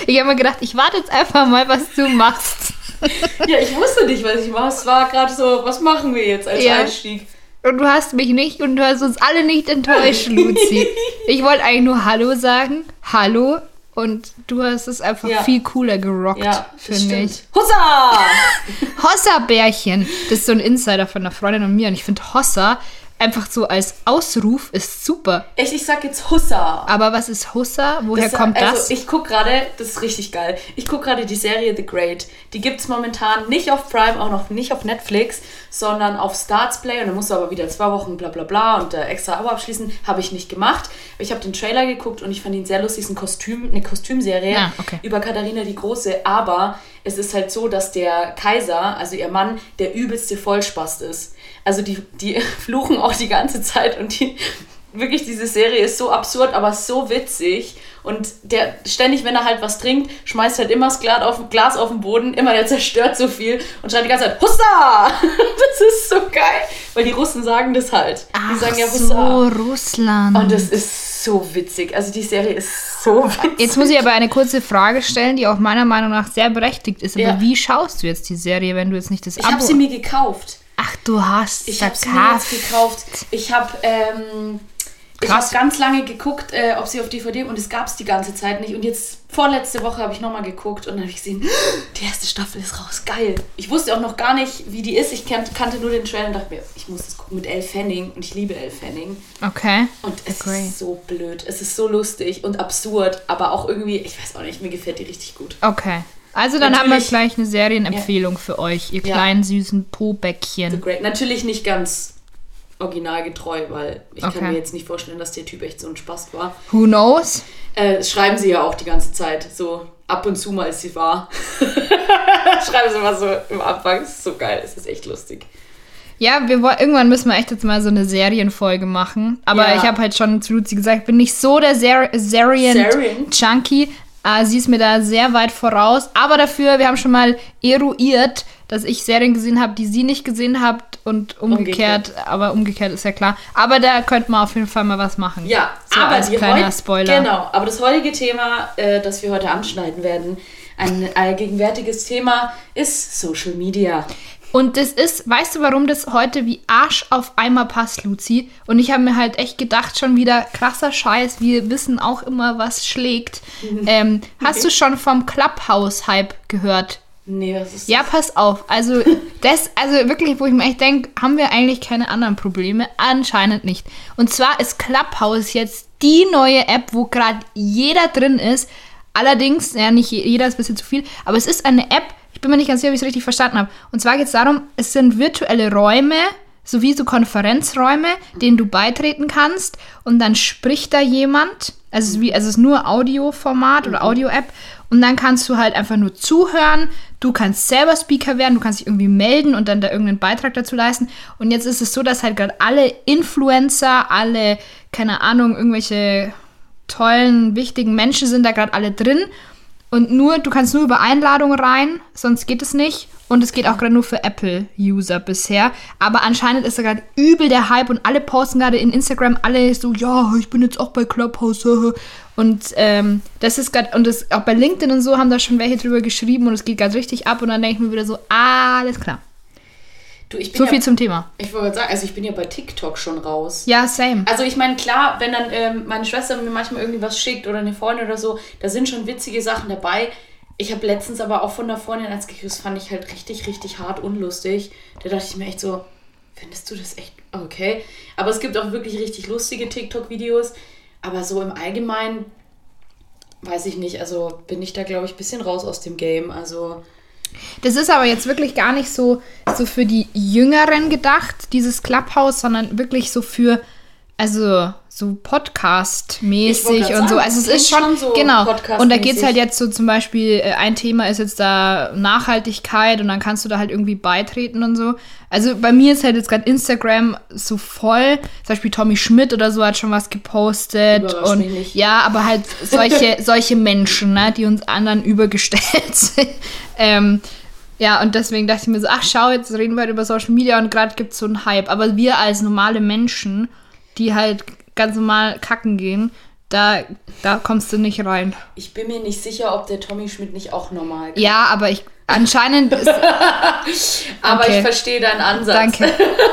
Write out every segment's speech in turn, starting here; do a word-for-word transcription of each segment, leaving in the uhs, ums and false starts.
Ich habe mir gedacht, ich warte jetzt einfach mal, was du machst. Ja, ich wusste nicht, was ich mache. Es war gerade so, was machen wir jetzt als ja. Einstieg? Und du hast mich nicht und du hast uns alle nicht enttäuscht, Luzi. Ich wollte eigentlich nur Hallo sagen. Hallo. Und du hast es einfach ja. viel cooler gerockt, ja, finde ich. Hossa! Hossa-Bärchen. Das ist so ein Insider von einer Freundin und mir. Und ich finde Hossa einfach so als Ausruf ist super. Echt, ich sag jetzt Hossa. Aber was ist Hossa? Woher das, kommt das? Also ich gucke gerade, das ist richtig geil, ich gucke gerade die Serie The Great. Die gibt es momentan nicht auf Prime, auch noch nicht auf Netflix, sondern auf Starzplay. Und dann musst du aber wieder zwei Wochen bla bla bla und äh, extra Abo abschließen. Habe ich nicht gemacht. Ich habe den Trailer geguckt und ich fand ihn sehr lustig. Es ist ein Kostüm, eine Kostümserie ja, okay. über Katharina die Große. Aber es ist halt so, dass der Kaiser, also ihr Mann, der übelste Vollspast ist. Also die, die fluchen auch die ganze Zeit und die, wirklich diese Serie ist so absurd, aber so witzig. Und der ständig, wenn er halt was trinkt, schmeißt halt immer das Glas auf, Glas auf den Boden, immer der zerstört so viel und schreit die ganze Zeit Hussa! Das ist so geil, weil die Russen sagen das halt. Ach die sagen ja Hussa. So, Russland. Und das ist so witzig. Also die Serie ist so witzig. Jetzt muss ich aber eine kurze Frage stellen, die auch meiner Meinung nach sehr berechtigt ist. Aber ja. wie schaust du jetzt die Serie, wenn du jetzt nicht das Abo... Ich habe sie mir gekauft. Ach, du hast Ich habe sie mir jetzt gekauft. Ich habe ähm, ich hab ganz lange geguckt, äh, ob sie auf D V D... Und es gab es die ganze Zeit nicht. Und jetzt, vorletzte Woche, habe ich nochmal geguckt. Und dann habe ich gesehen, die erste Staffel ist raus. Geil. Ich wusste auch noch gar nicht, wie die ist. Ich kannt, kannte nur den Trailer und dachte mir, ich muss das gucken mit Elle Fanning. Und ich liebe Elle Fanning. Okay. Und es okay. ist so blöd. Es ist so lustig und absurd. Aber auch irgendwie, ich weiß auch nicht, mir gefällt die richtig gut. Okay. Also dann Natürlich, haben wir gleich eine Serienempfehlung ja. für euch, ihr ja. kleinen süßen Po-Bäckchen. The Great. Natürlich nicht ganz originalgetreu, weil ich okay. kann mir jetzt nicht vorstellen, dass der Typ echt so ein Spaß war. Who knows? Äh, das schreiben sie ja auch die ganze Zeit, so ab und zu mal ist sie wahr. Schreiben sie mal so im Anfang, das ist so geil, es ist echt lustig. Ja, wir wollen, irgendwann müssen wir echt jetzt mal so eine Serienfolge machen. Aber ja. ich habe halt schon zu Luzi gesagt, ich bin nicht so der Ser- Serien-Junkie. Uh, sie ist mir da sehr weit voraus. Aber dafür, wir haben schon mal eruiert, dass ich Serien gesehen habe, die sie nicht gesehen habt und umgekehrt. umgekehrt. Aber umgekehrt ist ja klar. Aber da könnte man auf jeden Fall mal was machen. Ja, so aber als die kleiner heut- Spoiler. Genau, aber das heutige Thema, äh, das wir heute anschneiden werden, ein allgegenwärtiges Thema, ist Social Media. Und das ist, weißt du, warum das heute wie Arsch auf Eimer passt, Luzi? Und ich habe mir halt echt gedacht, schon wieder krasser Scheiß, wir wissen auch immer, was schlägt. Mhm. Ähm, hast okay. du schon vom Clubhouse-Hype gehört? Nee, was ist Ja, das? pass auf. Also, das, also wirklich, wo ich mir echt denke, haben wir eigentlich keine anderen Probleme? Anscheinend nicht. Und zwar ist Clubhouse jetzt die neue App, wo gerade jeder drin ist. Allerdings, ja, nicht jeder ist ein bisschen zu viel, aber es ist eine App, ich bin mir nicht ganz sicher, ob ich es richtig verstanden habe. Und zwar geht es darum, es sind virtuelle Räume, sowie so Konferenzräume, denen du beitreten kannst. Und dann spricht da jemand. Also es ist, wie, also es ist nur Audioformat oder Audio-App. Und dann kannst du halt einfach nur zuhören. Du kannst selber Speaker werden, du kannst dich irgendwie melden und dann da irgendeinen Beitrag dazu leisten. Und jetzt ist es so, dass halt gerade alle Influencer, alle, keine Ahnung, irgendwelche tollen, wichtigen Menschen sind da gerade alle drin. Und nur, du kannst nur über Einladung rein, sonst geht es nicht. Und es geht auch gerade nur für Apple-User bisher. Aber anscheinend ist da gerade übel der Hype und alle posten gerade in Instagram alle so, ja, ich bin jetzt auch bei Clubhouse. Und ähm, das ist gerade, und das, auch bei LinkedIn und so haben da schon welche drüber geschrieben und es geht gerade richtig ab. Und dann denke ich mir wieder so, ah, alles klar. Du, ich bin so ja, viel zum Thema. Ich wollte sagen, also ich bin ja bei TikTok schon raus. Ja, same. Also ich meine, klar, wenn dann ähm, meine Schwester mir manchmal irgendwie was schickt oder eine Freundin oder so, da sind schon witzige Sachen dabei. Ich habe letztens aber auch von der Freundin als geküsst, fand ich halt richtig, richtig hart unlustig. Da dachte ich mir echt so, findest du das echt okay? Aber es gibt auch wirklich richtig lustige TikTok-Videos. Aber so im Allgemeinen, weiß ich nicht, also bin ich da, glaube ich, ein bisschen raus aus dem Game. Also... Das ist aber jetzt wirklich gar nicht so, so für die Jüngeren gedacht, dieses Clubhouse, sondern wirklich so für, also so Podcast-mäßig und so. Also es ist schon, schon so genau. Und da geht es halt jetzt so zum Beispiel, ein Thema ist jetzt da Nachhaltigkeit und dann kannst du da halt irgendwie beitreten und so. Also bei mir ist halt jetzt gerade Instagram so voll. Zum Beispiel Tommy Schmidt oder so hat schon was gepostet. Und ja, aber halt solche, solche Menschen, ne, die uns anderen übergestellt sind. ähm, ja, und deswegen dachte ich mir so, ach schau, jetzt reden wir halt über Social Media und gerade gibt es so einen Hype. Aber wir als normale Menschen, die halt ganz normal kacken gehen, Da, da kommst du nicht rein. Ich bin mir nicht sicher, ob der Tommy Schmidt nicht auch normal kann. Ja, aber ich anscheinend ist... Aber okay. Ich verstehe deinen Ansatz. Danke.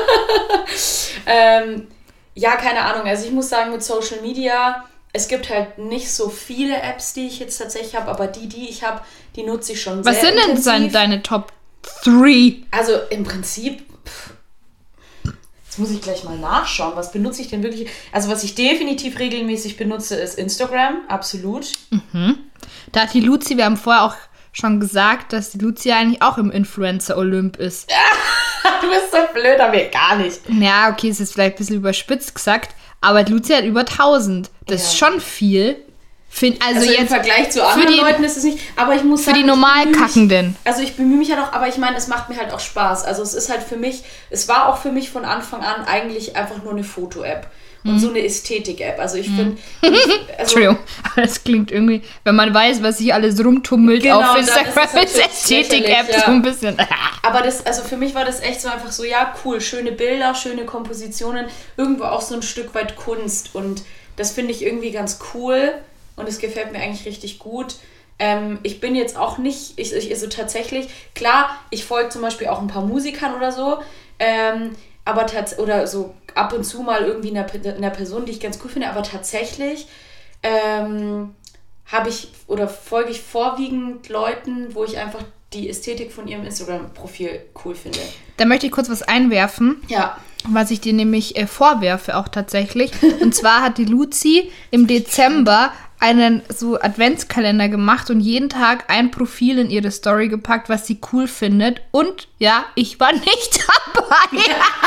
ähm, ja, keine Ahnung. Also ich muss sagen, mit Social Media, es gibt halt nicht so viele Apps, die ich jetzt tatsächlich habe, aber die, die ich habe, die nutze ich schon Was sehr sind intensiv. denn deine Top drei? Also im Prinzip... Pff, jetzt muss ich gleich mal nachschauen. Was benutze ich denn wirklich? Also was ich definitiv regelmäßig benutze, ist Instagram. Absolut. Mhm. Da hat die Luzi, wir haben vorher auch schon gesagt, dass die Luzi eigentlich auch im Influencer-Olymp ist. Du bist so blöd, aber mir gar nicht. Ja, okay, ist jetzt vielleicht ein bisschen überspitzt gesagt, aber die Luzi hat über tausend. Das ja. ist schon viel. Find, also, also jetzt im Vergleich zu anderen die, Leuten ist es nicht, aber ich muss für sagen, die Normalkackenden. Also ich bemühe mich halt auch, aber ich meine, es macht mir halt auch Spaß. Also es ist halt für mich, es war auch für mich von Anfang an eigentlich einfach nur eine Foto-App und mhm. so eine Ästhetik-App. Also ich finde... Mhm. Also, Entschuldigung, aber das klingt irgendwie, wenn man weiß, was sich alles rumtummelt genau, auf Instagram, ist Ästhetik-App ja. so ein bisschen... Aber das, also für mich war das echt so einfach so, ja cool, schöne Bilder, schöne Kompositionen, irgendwo auch so ein Stück weit Kunst und das finde ich irgendwie ganz cool. Und es gefällt mir eigentlich richtig gut. Ähm, ich bin jetzt auch nicht, ich, ich also tatsächlich, klar, ich folge zum Beispiel auch ein paar Musikern oder so, ähm, aber tats- oder so ab und zu mal irgendwie einer, einer Person, die ich ganz cool finde, aber tatsächlich ähm, habe ich oder folge ich vorwiegend Leuten, wo ich einfach die Ästhetik von ihrem Instagram-Profil cool finde. Da möchte ich kurz was einwerfen. Ja. Was ich dir nämlich äh, vorwerfe auch tatsächlich. Und zwar hat die Luzi im Dezember einen so Adventskalender gemacht und jeden Tag ein Profil in ihre Story gepackt, was sie cool findet. Und ja, ich war nicht dabei.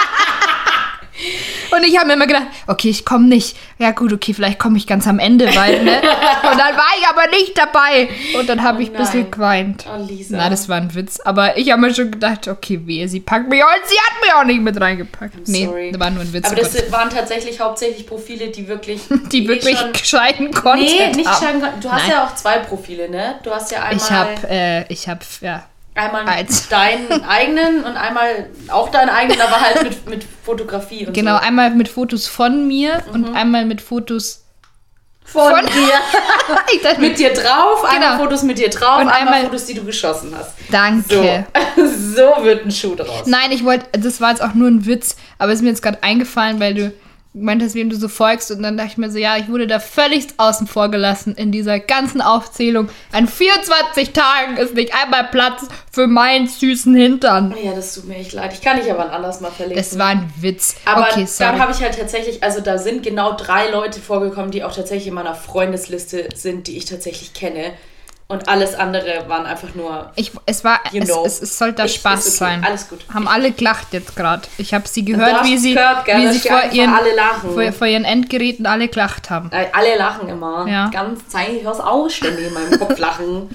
Und ich habe mir immer gedacht, okay, ich komme nicht. Ja gut, okay, vielleicht komme ich ganz am Ende, weil, ne? Und dann war ich aber nicht dabei. Und dann habe oh ich ein bisschen geweint. Oh, Lisa. Na, das war ein Witz. Aber ich habe mir schon gedacht, okay, wehe, sie packt mich auch. Und sie hat mich auch nicht mit reingepackt. I'm nee, sorry. Das war nur ein Witz. Aber das Gott. waren tatsächlich hauptsächlich Profile, die wirklich... Die, die wirklich schon, gescheiten Content Nee, nicht haben. gescheiten Content. Du hast Nein. ja auch zwei Profile, ne? Du hast ja einmal... Ich habe, äh, ich habe, ja... Einmal Eins. deinen eigenen und einmal auch deinen eigenen, aber halt mit, mit Fotografie und genau, so. einmal mit Fotos von mir mhm. und einmal mit Fotos von, von dir. ich dachte, mit dir drauf, genau. einmal Fotos mit dir drauf, und einmal, einmal Fotos, die du geschossen hast. Danke. So, so wird ein Schuh draus. Nein, ich wollte, das war jetzt auch nur ein Witz, aber es ist mir jetzt gerade eingefallen, weil du meintest, wem du so folgst und dann dachte ich mir so, ja, ich wurde da völlig außen vor gelassen in dieser ganzen Aufzählung. An vierundzwanzig Tagen ist nicht einmal Platz für meinen süßen Hintern. Ja, das tut mir echt leid. Ich kann dich aber anders mal verlinken. Das war ein Witz. Aber okay, sorry. Dann habe ich halt tatsächlich, also da sind genau drei Leute vorgekommen, die auch tatsächlich in meiner Freundesliste sind, die ich tatsächlich kenne. Und alles andere waren einfach nur. Ich, es war, you es, know. es, es sollte ich, Spaß okay. sein. Alles gut. Haben alle gelacht jetzt gerade. Ich habe sie gehört, wie sie, gehört, gell, wie sie vor ihren, alle lachen. vor, vor ihren Endgeräten alle gelacht haben. Alle lachen immer. Ja. Ganz Zeit, ich hör's auch ständig in meinem Kopf lachen.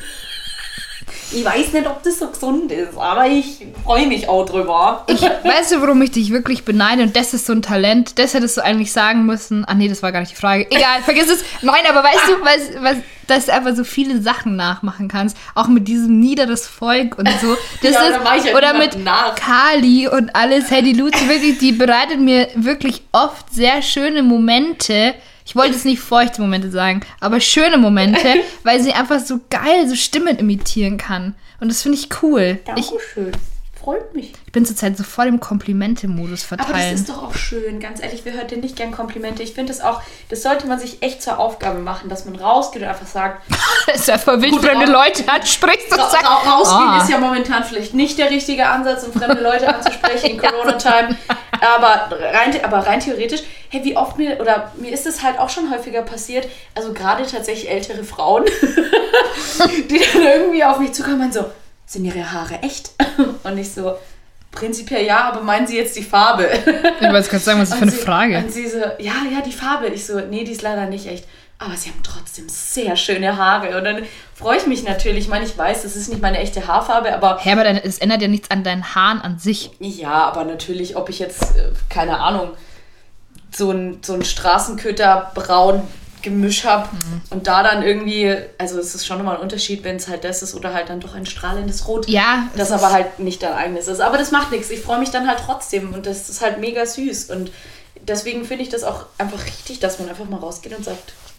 Ich weiß nicht, ob das so gesund ist, aber ich freue mich auch drüber. Ich, weißt du, warum ich dich wirklich beneide? Und das ist so ein Talent. Das hättest du eigentlich sagen müssen. Ach nee, das war gar nicht die Frage. Egal, vergiss es. Nein, aber weißt du, was, was, dass du einfach so viele Sachen nachmachen kannst. Auch mit diesem niederes Volk und so. Das ja, ist, dann mach ich halt oder mit nach. Kali und alles. Hey, die Luzi, wirklich, die bereitet mir wirklich oft sehr schöne Momente. Ich wollte jetzt nicht feuchte Momente sagen, aber schöne Momente, weil sie einfach so geil so Stimmen imitieren kann. Und das finde ich cool. Dankeschön. Freut mich. Ich bin zurzeit so voll im Komplimente-Modus verteilen. Aber das ist doch auch schön. Ganz ehrlich, wer hört denn nicht gern Komplimente? Ich finde das auch, das sollte man sich echt zur Aufgabe machen, dass man rausgeht und einfach sagt... Das ist ja voll wild, wenn du Leute ansprichst und ra- sagst... Ra- rausgehen oh. ist ja momentan vielleicht nicht der richtige Ansatz, um fremde Leute anzusprechen in Corona-Time. Aber rein, aber rein theoretisch, hey, wie oft mir, oder mir ist es halt auch schon häufiger passiert, also gerade tatsächlich ältere Frauen, die dann irgendwie auf mich zukommen und so, sind ihre Haare echt? Und ich so, prinzipiell ja, aber meinen Sie jetzt die Farbe? Ich wollte gerade sagen, was ist das für eine sie, Frage? Und sie so, ja, ja, die Farbe. Ich so, nee, die ist leider nicht echt. Aber sie haben trotzdem sehr schöne Haare. Und dann freue ich mich natürlich. Ich meine, ich weiß, das ist nicht meine echte Haarfarbe, aber... Ja, aber es ändert ja nichts an deinen Haaren an sich. Ja, aber natürlich, ob ich jetzt, keine Ahnung, so ein, so ein Straßenköter-braun Gemisch habe mhm. und da dann irgendwie, also es ist schon nochmal ein Unterschied, wenn es halt das ist oder halt dann doch ein strahlendes Rot, ja, das aber halt nicht dein eigenes ist. Aber das macht nichts, ich freue mich dann halt trotzdem und das ist halt mega süß und deswegen finde ich das auch einfach richtig, dass man einfach mal rausgeht und sagt,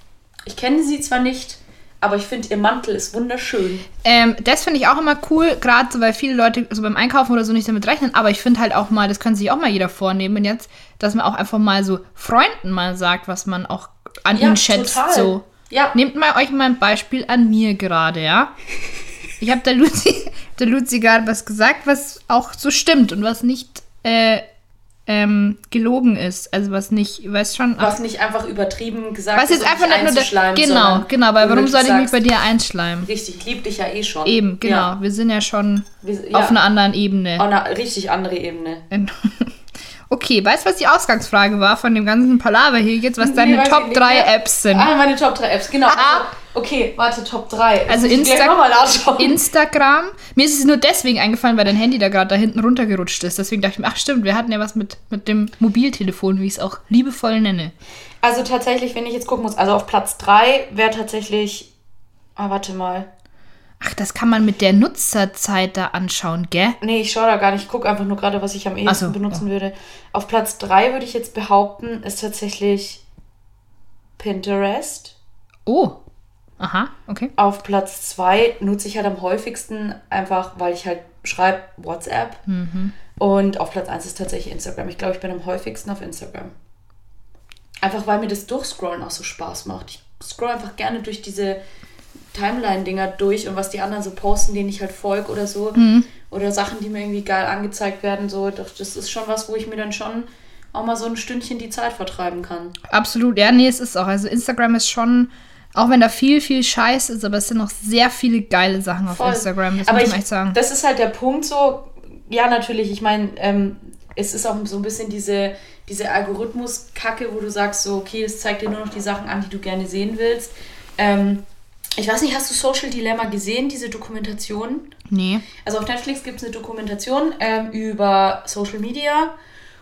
Ich kenne sie zwar nicht, aber ich finde, ihr Mantel ist wunderschön. Ähm, das finde ich auch immer cool, gerade so, weil viele Leute so beim Einkaufen oder so nicht damit rechnen. Aber ich finde halt auch mal, das kann sich auch mal jeder vornehmen jetzt, dass man auch einfach mal so Freunden mal sagt, was man auch an Ja, ihnen schätzt. total. So. Ja. Nehmt mal euch mal ein Beispiel an mir gerade, ja? Ich habe der Luzi, der Luzi gerade was gesagt, was auch so stimmt und was nicht äh, ähm, gelogen ist. Also was nicht, weißt schon... Was nicht einfach übertrieben gesagt was jetzt ist, um einfach dich nicht nur der, Genau, genau, weil warum soll ich mich bei dir einschleimen? Richtig, ich liebe dich ja eh schon. Eben, genau. Ja. Wir sind ja schon Wir, ja. auf einer anderen Ebene. Auf einer richtig andere Ebene. Okay, weißt du, was die Ausgangsfrage war von dem ganzen Palaver hier jetzt, was deine Nee, Top drei Apps sind? Ah, meine Top drei Apps, genau. Also, okay, warte, Top drei. Also Insta- Instagram. Mir ist es nur deswegen eingefallen, weil dein Handy da gerade da hinten runtergerutscht ist. Deswegen dachte ich mir, ach stimmt, wir hatten ja was mit, mit dem Mobiltelefon, wie ich es auch liebevoll nenne. Also tatsächlich, wenn ich jetzt gucken muss, also auf Platz drei wäre tatsächlich, ah, warte mal. Ach, das kann man mit der Nutzerzeit da anschauen, gell? Nee, ich schaue da gar nicht. Ich gucke einfach nur gerade, was ich am ehesten so, benutzen ja. würde. Auf Platz drei würde ich jetzt behaupten, ist tatsächlich Pinterest. Oh, aha, okay. Auf Platz zwei nutze ich halt am häufigsten einfach, weil ich halt schreibe, WhatsApp. Mhm. Und auf Platz eins ist tatsächlich Instagram. Ich glaube, ich bin am häufigsten auf Instagram. Einfach, weil mir das Durchscrollen auch so Spaß macht. Ich scroll einfach gerne durch diese Timeline-Dinger durch und was die anderen so posten, denen ich halt folge oder so. Mhm. Oder Sachen, die mir irgendwie geil angezeigt werden. So, doch, das ist schon was, wo ich mir dann schon auch mal so ein Stündchen die Zeit vertreiben kann. Absolut, ja, nee, es ist auch. Also Instagram ist schon, auch wenn da viel, viel Scheiß ist, aber es sind noch sehr viele geile Sachen auf Voll. Instagram, das aber muss ich, man echt sagen. Das ist halt der Punkt so, ja natürlich, ich meine, ähm, es ist auch so ein bisschen diese, diese Algorithmus-Kacke, wo du sagst so, okay, es zeigt dir nur noch die Sachen an, die du gerne sehen willst. Ähm, Ich weiß nicht, hast du Social Dilemma gesehen, diese Dokumentation? Nee. Also auf Netflix gibt es eine Dokumentation ähm, über Social Media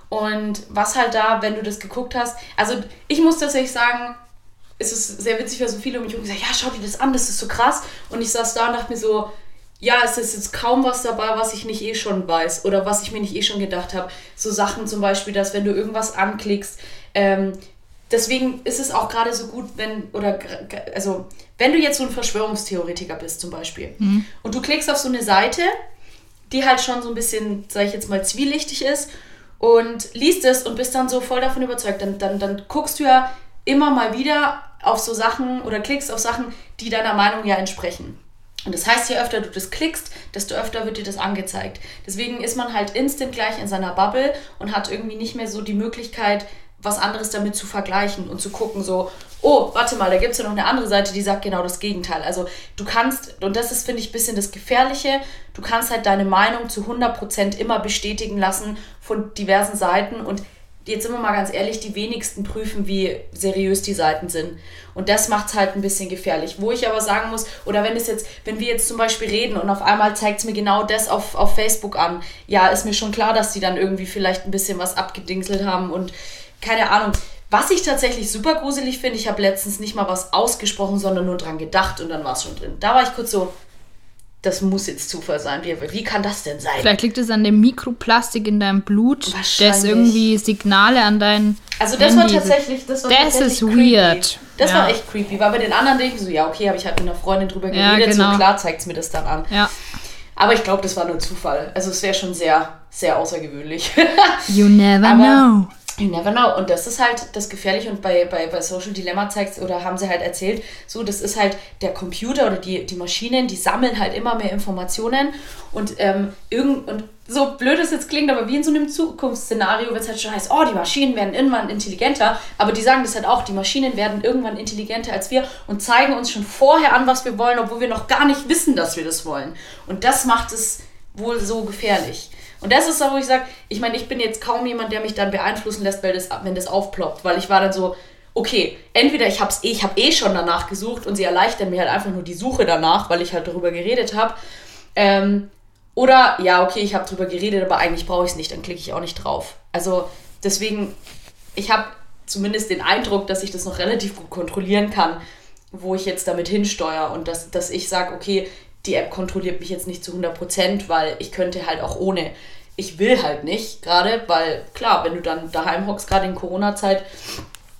und was halt da, wenn du das geguckt hast, also ich muss tatsächlich sagen, es ist sehr witzig, weil so viele um mich herum gesagt, ja, schau dir das an, das ist so krass. Und ich saß da und dachte mir so, ja, es ist jetzt kaum was dabei, was ich nicht eh schon weiß oder was ich mir nicht eh schon gedacht habe. So Sachen zum Beispiel, dass wenn du irgendwas anklickst, ähm, deswegen ist es auch gerade so gut, wenn, oder, also, wenn du jetzt so ein Verschwörungstheoretiker bist zum Beispiel mhm. und du klickst auf so eine Seite, die halt schon so ein bisschen, sag ich jetzt mal, zwielichtig ist und liest es und bist dann so voll davon überzeugt, dann, dann, dann guckst du ja immer mal wieder auf so Sachen oder klickst auf Sachen, die deiner Meinung ja entsprechen. Und das heißt, je öfter du das klickst, desto öfter wird dir das angezeigt. Deswegen ist man halt instant gleich in seiner Bubble und hat irgendwie nicht mehr so die Möglichkeit, was anderes damit zu vergleichen und zu gucken, so, oh, warte mal, da gibt es ja noch eine andere Seite, die sagt genau das Gegenteil. Also du kannst, und das ist, finde ich, ein bisschen das Gefährliche, du kannst halt deine Meinung zu hundert Prozent immer bestätigen lassen von diversen Seiten und jetzt sind wir mal ganz ehrlich, die wenigsten prüfen, wie seriös die Seiten sind. Und das macht es halt ein bisschen gefährlich. Wo ich aber sagen muss, oder wenn es jetzt, wenn wir jetzt zum Beispiel reden und auf einmal zeigt es mir genau das auf, auf Facebook an, ja, ist mir schon klar, dass die dann irgendwie vielleicht ein bisschen was abgedingselt haben und keine Ahnung. Was ich tatsächlich super gruselig finde, ich habe letztens nicht mal was ausgesprochen, sondern nur dran gedacht und dann war es schon drin. Da war ich kurz so, das muss jetzt Zufall sein. Wie, wie kann das denn sein? Vielleicht liegt es an dem Mikroplastik in deinem Blut, Wahrscheinlich. das irgendwie Signale an dein Also das Handy war tatsächlich, das war das tatsächlich ist creepy. Weird. Das ja. war echt creepy, weil bei den anderen denke ich so, ja okay, habe ich halt mit einer Freundin drüber Ja, geredet, genau. so klar zeigt es mir das dann an. Ja. Aber ich glaube, das war nur Zufall. Also es wäre schon sehr, sehr außergewöhnlich. You never Aber know. You never know. Und das ist halt das Gefährliche. Und bei, bei, bei Social Dilemma zeigt oder haben sie halt erzählt, so, das ist halt der Computer oder die, die Maschinen, die sammeln halt immer mehr Informationen. Und, ähm, irgend, und so blöd es jetzt klingt, aber wie in so einem Zukunftsszenario, wenn es halt schon heißt, oh, die Maschinen werden irgendwann intelligenter. Aber die sagen das halt auch, die Maschinen werden irgendwann intelligenter als wir und zeigen uns schon vorher an, was wir wollen, obwohl wir noch gar nicht wissen, dass wir das wollen. Und das macht es wohl so gefährlich. Und das ist da, wo ich sage, ich meine, ich bin jetzt kaum jemand, der mich dann beeinflussen lässt, weil das, wenn das aufploppt, weil ich war dann so, okay, entweder ich hab's eh, ich habe eh schon danach gesucht und sie erleichtern mir halt einfach nur die Suche danach, weil ich halt darüber geredet habe, ähm, oder, ja, okay, ich habe drüber geredet, aber eigentlich brauche ich es nicht, dann klicke ich auch nicht drauf. Also deswegen, ich habe zumindest den Eindruck, dass ich das noch relativ gut kontrollieren kann, wo ich jetzt damit hinsteuere und dass, dass ich sage, okay, die App kontrolliert mich jetzt nicht zu hundert Prozent, weil ich könnte halt auch ohne. Ich will halt nicht, gerade, weil klar, wenn du dann daheim hockst, gerade in Corona-Zeit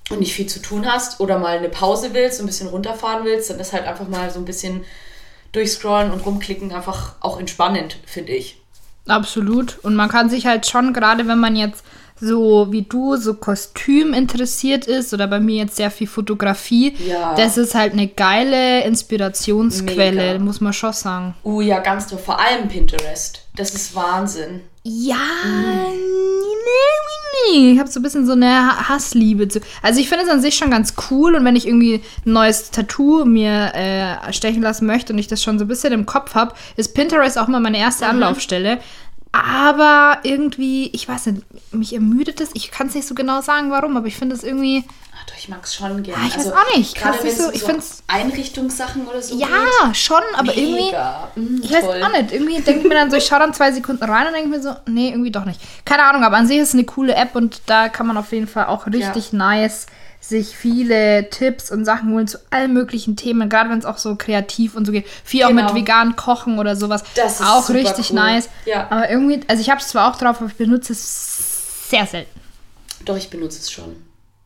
und nicht viel zu tun hast oder mal eine Pause willst, ein bisschen runterfahren willst, dann ist halt einfach mal so ein bisschen durchscrollen und rumklicken einfach auch entspannend, finde ich. Absolut. Und man kann sich halt schon, gerade wenn man jetzt so wie du, so Kostüm interessiert ist oder bei mir jetzt sehr viel Fotografie, ja. das ist halt eine geile Inspirationsquelle, Mega. Muss man schon sagen. Uh, ja, ganz toll. Vor allem Pinterest. Das ist Wahnsinn. Ja, mhm. nee, nee. Ich habe so ein bisschen so eine Hassliebe zu. Also ich finde es an sich schon ganz cool und wenn ich irgendwie ein neues Tattoo mir äh, stechen lassen möchte und ich das schon so ein bisschen im Kopf habe, ist Pinterest auch mal meine erste mhm. Anlaufstelle. Aber irgendwie, ich weiß nicht, mich ermüdet es. Ich kann es nicht so genau sagen, warum, aber ich finde es irgendwie... Ach doch, ich mag es schon gerne. Ah, ich also, weiß auch nicht. Gerade wenn es so, so ich find's, Einrichtungssachen oder so ja, geht. schon, aber Mega. irgendwie... Mm, ich weiß toll. auch nicht. Irgendwie denke ich mir dann so, ich schaue dann zwei Sekunden rein und denke mir so, nee, irgendwie doch nicht. Keine Ahnung, aber an sich ist es eine coole App und da kann man auf jeden Fall auch richtig ja. nice sich viele Tipps und Sachen holen zu allen möglichen Themen, gerade wenn es auch so kreativ und so geht. Viel genau. auch mit vegan Kochen oder sowas. Das ist auch super richtig cool. nice. Ja. Aber irgendwie, also ich habe es zwar auch drauf, aber ich benutze es sehr selten. Doch, ich benutze es schon.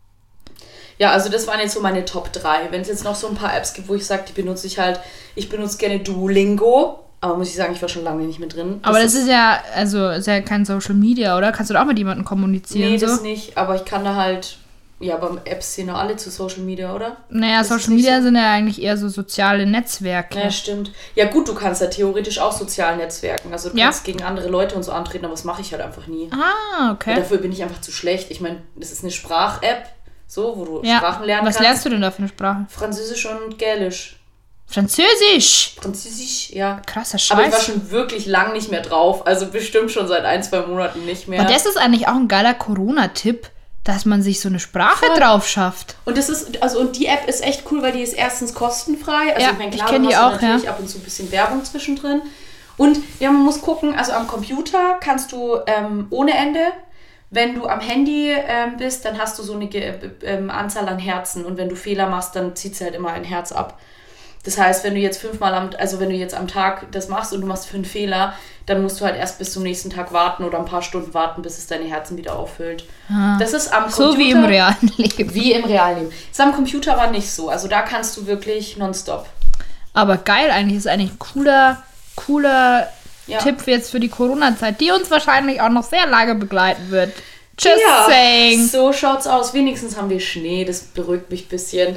Ja, also das waren jetzt so meine Top drei. Wenn es jetzt noch so ein paar Apps gibt, wo ich sage, die benutze ich halt, ich benutze gerne Duolingo. Aber muss ich sagen, ich war schon lange nicht mehr drin. Das aber das ist, ist ja, also ist ja kein Social Media, oder? Kannst du da auch mit jemandem kommunizieren? Nee, so? das nicht. Aber ich kann da halt... Ja, aber Apps zählen ja alle zu Social Media, oder? Naja, das Social Media so? sind ja eigentlich eher so soziale Netzwerke. Ja, stimmt. Ja gut, du kannst ja theoretisch auch sozial netzwerken. Also du ja? kannst gegen andere Leute und so antreten, aber das mache ich halt einfach nie. Ah, okay. Und dafür bin ich einfach zu schlecht. Ich meine, das ist eine Sprach-App, so, wo du ja. Sprachen lernen Was kannst. Was lernst du denn da für eine Sprache? Französisch und Gälisch. Französisch? Französisch, ja. Krasser Scheiß. Aber ich war schon wirklich lang nicht mehr drauf. Also bestimmt schon seit ein, zwei Monaten nicht mehr. Und das ist eigentlich auch ein geiler Corona-Tipp, dass man sich so eine Sprache Voll. drauf schafft. Und das ist, also und die App ist echt cool, weil die ist erstens kostenfrei. Also ja, ich meine, klar, ich kenne die auch, natürlich ja. ab und zu ein bisschen Werbung zwischendrin. Und ja, man muss gucken, also am Computer kannst du ähm, ohne Ende, wenn du am Handy ähm, bist, dann hast du so eine ähm, Anzahl an Herzen und wenn du Fehler machst, dann zieht sie halt immer ein Herz ab. Das heißt, wenn du jetzt fünfmal am, also wenn du jetzt am Tag das machst und du machst fünf Fehler, dann musst du halt erst bis zum nächsten Tag warten oder ein paar Stunden warten, bis es deine Herzen wieder auffüllt. Ah, das ist am Computer. So wie im realen Leben. Wie im realen Leben. Das ist am Computer aber nicht so. Also da kannst du wirklich nonstop. Aber geil, eigentlich ist eigentlich ein cooler, cooler ja. Tipp jetzt für die Corona-Zeit, die uns wahrscheinlich auch noch sehr lange begleiten wird. Just ja, saying. So schaut's aus. Wenigstens haben wir Schnee, das beruhigt mich ein bisschen.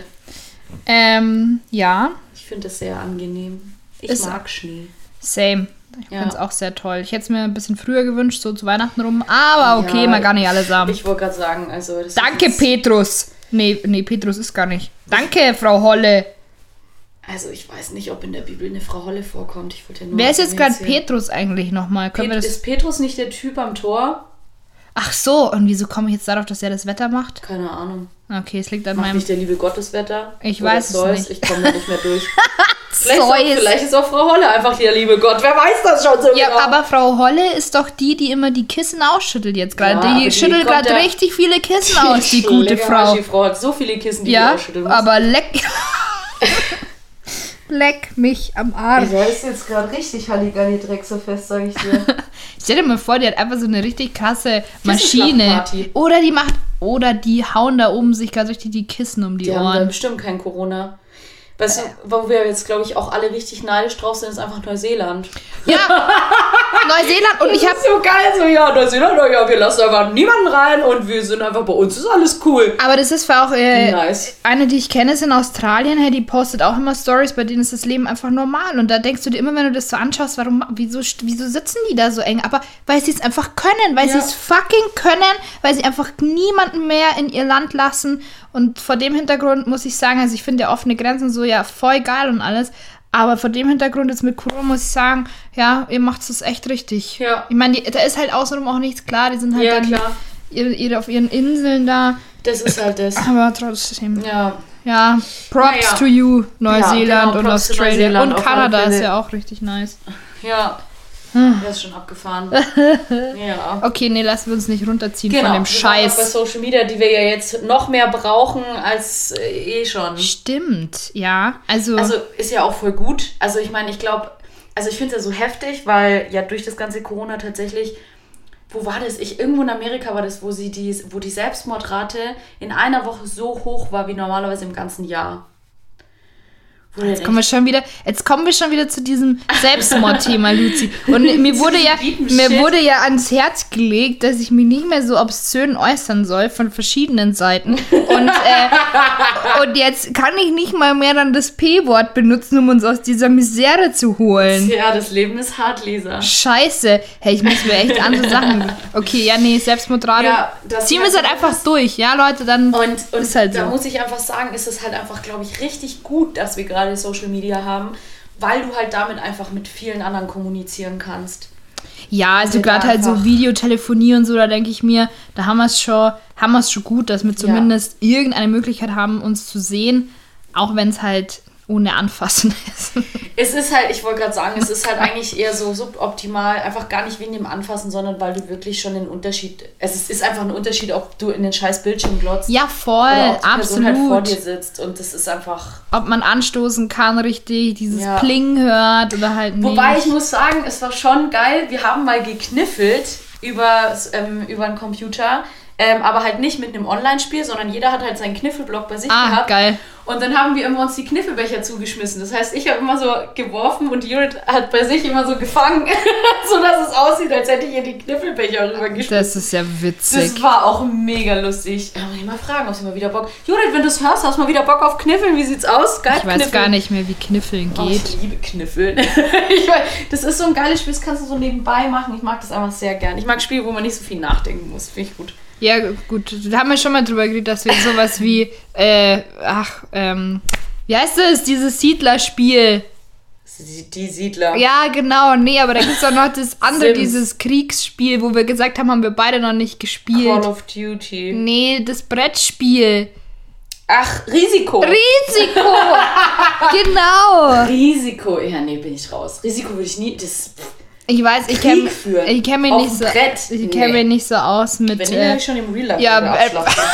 Ähm, ja. Ich finde das sehr angenehm. Ich ist mag Schnee. Same. Ich ja. finde es auch sehr toll. Ich hätte es mir ein bisschen früher gewünscht, so zu Weihnachten rum. Aber okay, ja, man kann nicht alles haben. Ich wollte gerade sagen, also... Das Danke, ist Petrus. Nee, nee, Petrus ist gar nicht. Danke, Frau Holle. Also ich weiß nicht, ob in der Bibel eine Frau Holle vorkommt. Ich wollte ja nur Wer ist jetzt gerade Petrus eigentlich nochmal? Pet- ist Petrus nicht der Typ am Tor? Ach so, und wieso komme ich jetzt darauf, dass er das Wetter macht? Keine Ahnung. Okay, es liegt an Macht meinem... nicht der liebe Gott das Wetter? Ich Oder weiß Zeus? es nicht. Ich komme da nicht mehr durch. vielleicht, Zeus. Ist auch, vielleicht ist auch Frau Holle einfach der liebe Gott. Wer weiß das schon so ja, genau. Ja, aber Frau Holle ist doch die, die immer die Kissen ausschüttelt jetzt gerade. Ja, die, die schüttelt gerade richtig viele Kissen aus, die gute Frau. Die Frau hat so viele Kissen, die ja, die ausschütteln muss. aber leck... Leck mich am Arsch. Da ist jetzt gerade richtig Halligalli Drechselfest, sag ich dir. Stell dir mal vor, die hat einfach so eine richtig krasse Maschine. Oder die macht, oder die hauen da oben sich gerade richtig die Kissen um die, die Ohren. Die haben da bestimmt kein Corona. Weißt äh. du, wo wir jetzt, glaube ich, auch alle richtig neidisch drauf sind, ist einfach Neuseeland. Ja, Neuseeland. Und das ich habe so geil, so, ja, Neuseeland, ja, wir lassen einfach niemanden rein und wir sind einfach, bei uns ist alles cool. Aber das ist für auch äh, nice. Eine, die ich kenne, ist in Australien, hey, die postet auch immer Stories, bei denen ist das Leben einfach normal. Und da denkst du dir immer, wenn du das so anschaust, warum, wieso, wieso sitzen die da so eng? Aber weil sie es einfach können, weil ja. sie es fucking können, weil sie einfach niemanden mehr in ihr Land lassen. Und vor dem Hintergrund muss ich sagen, also ich finde ja offene Grenzen so, ja, voll geil und alles. Aber vor dem Hintergrund jetzt mit Corona muss ich sagen, ja, ihr macht es echt richtig. Ja. Ich meine, da ist halt außenrum auch nichts klar. Die sind halt ja, dann klar. Ihre, ihre auf ihren Inseln da. Das ist halt das. Aber trotzdem. Ja. Ja, Props ja. to you, Neuseeland ja, genau, und Australien. Und Kanada ist ja auch richtig nice. Ja. Hm. Der ist schon abgefahren. ja. Okay, nee, lassen wir uns nicht runterziehen genau, von dem Scheiß. Bei Social Media, die wir ja jetzt noch mehr brauchen als äh, eh schon. Stimmt, ja. Also, also ist ja auch voll gut. Also ich meine, ich glaube, also ich finde es ja so heftig, weil ja durch das ganze Corona tatsächlich wo war das? Ich, irgendwo in Amerika war das, wo, sie die, wo die Selbstmordrate in einer Woche so hoch war wie normalerweise im ganzen Jahr. Jetzt kommen wir schon wieder, jetzt kommen wir schon wieder zu diesem Selbstmordthema, Luzi. Und mir wurde ja, mir wurde ja ans Herz gelegt, dass ich mich nicht mehr so obszön äußern soll von verschiedenen Seiten. Und, äh, und jetzt kann ich nicht mal mehr dann das P-Wort benutzen, um uns aus dieser Misere zu holen. Ja, das Leben ist hart, Lisa. Scheiße. Hey, ich muss mir echt andere Sachen. Okay, ja, nee, Selbstmordrate. Ja, ziehen wir es halt einfach durch, ja, Leute, dann und, und ist halt da so. muss ich einfach sagen, ist es halt einfach, glaube ich, richtig gut, dass wir gerade Social Media haben, weil du halt damit einfach mit vielen anderen kommunizieren kannst. Ja, also gerade halt so Videotelefonie und so, da denke ich mir, da haben wir es schon, haben wir es schon gut, dass wir zumindest ja. irgendeine Möglichkeit haben, uns zu sehen, auch wenn es halt ohne Anfassen ist. Es ist halt, ich wollte gerade sagen, es ist halt eigentlich eher so suboptimal, einfach gar nicht wegen dem Anfassen, sondern weil du wirklich schon den Unterschied, es ist einfach ein Unterschied, ob du in den scheiß Bildschirm glotzt. Ja, voll, oder ob die absolut. Person halt vor dir sitzt und das ist einfach... Ob man anstoßen kann richtig, dieses ja. Pling hört oder halt nicht. Wobei ich muss sagen, es war schon geil, wir haben mal gekniffelt über, ähm, über einen Computer, ähm, aber halt nicht mit einem Online-Spiel, sondern jeder hat halt seinen Kniffelblock bei sich ah, gehabt. Geil. Und dann haben wir immer uns die Kniffelbecher zugeschmissen. Das heißt, ich habe immer so geworfen und Judith hat bei sich immer so gefangen, sodass es aussieht, als hätte ich ihr die Kniffelbecher rübergeschmissen. Das ist ja witzig. Das war auch mega lustig. Da muss ich mal fragen, ob sie mal wieder Bock... Judith, wenn du es hörst, hast du mal wieder Bock auf Kniffeln? Wie sieht's aus? Geil, ich weiß Kniffeln. gar nicht mehr, wie Kniffeln geht. Oh, ich liebe Kniffeln. ich weiß, das ist so ein geiles Spiel, das kannst du so nebenbei machen. Ich mag das einfach sehr gern. Ich mag Spiele, wo man nicht so viel nachdenken muss. Finde ich gut. Ja, gut. Da haben wir schon mal drüber geredet, dass wir sowas wie, äh, ach, ähm, wie heißt das? Dieses Siedlerspiel. Die Siedler. Ja, genau. Nee, aber da gibt es auch noch das andere, Sims. dieses Kriegsspiel, wo wir gesagt haben, haben wir beide noch nicht gespielt. Call of Duty. Nee, das Brettspiel. Ach, Risiko. Risiko. Genau. Risiko. Ja, nee, bin ich raus. Risiko würde ich nie... Das... Ich weiß, ich kenne ich kenn mich, nicht so, ich ich kenn nee. mich nicht so aus mit... Wenn äh, ich schon im Real Life ja, äh,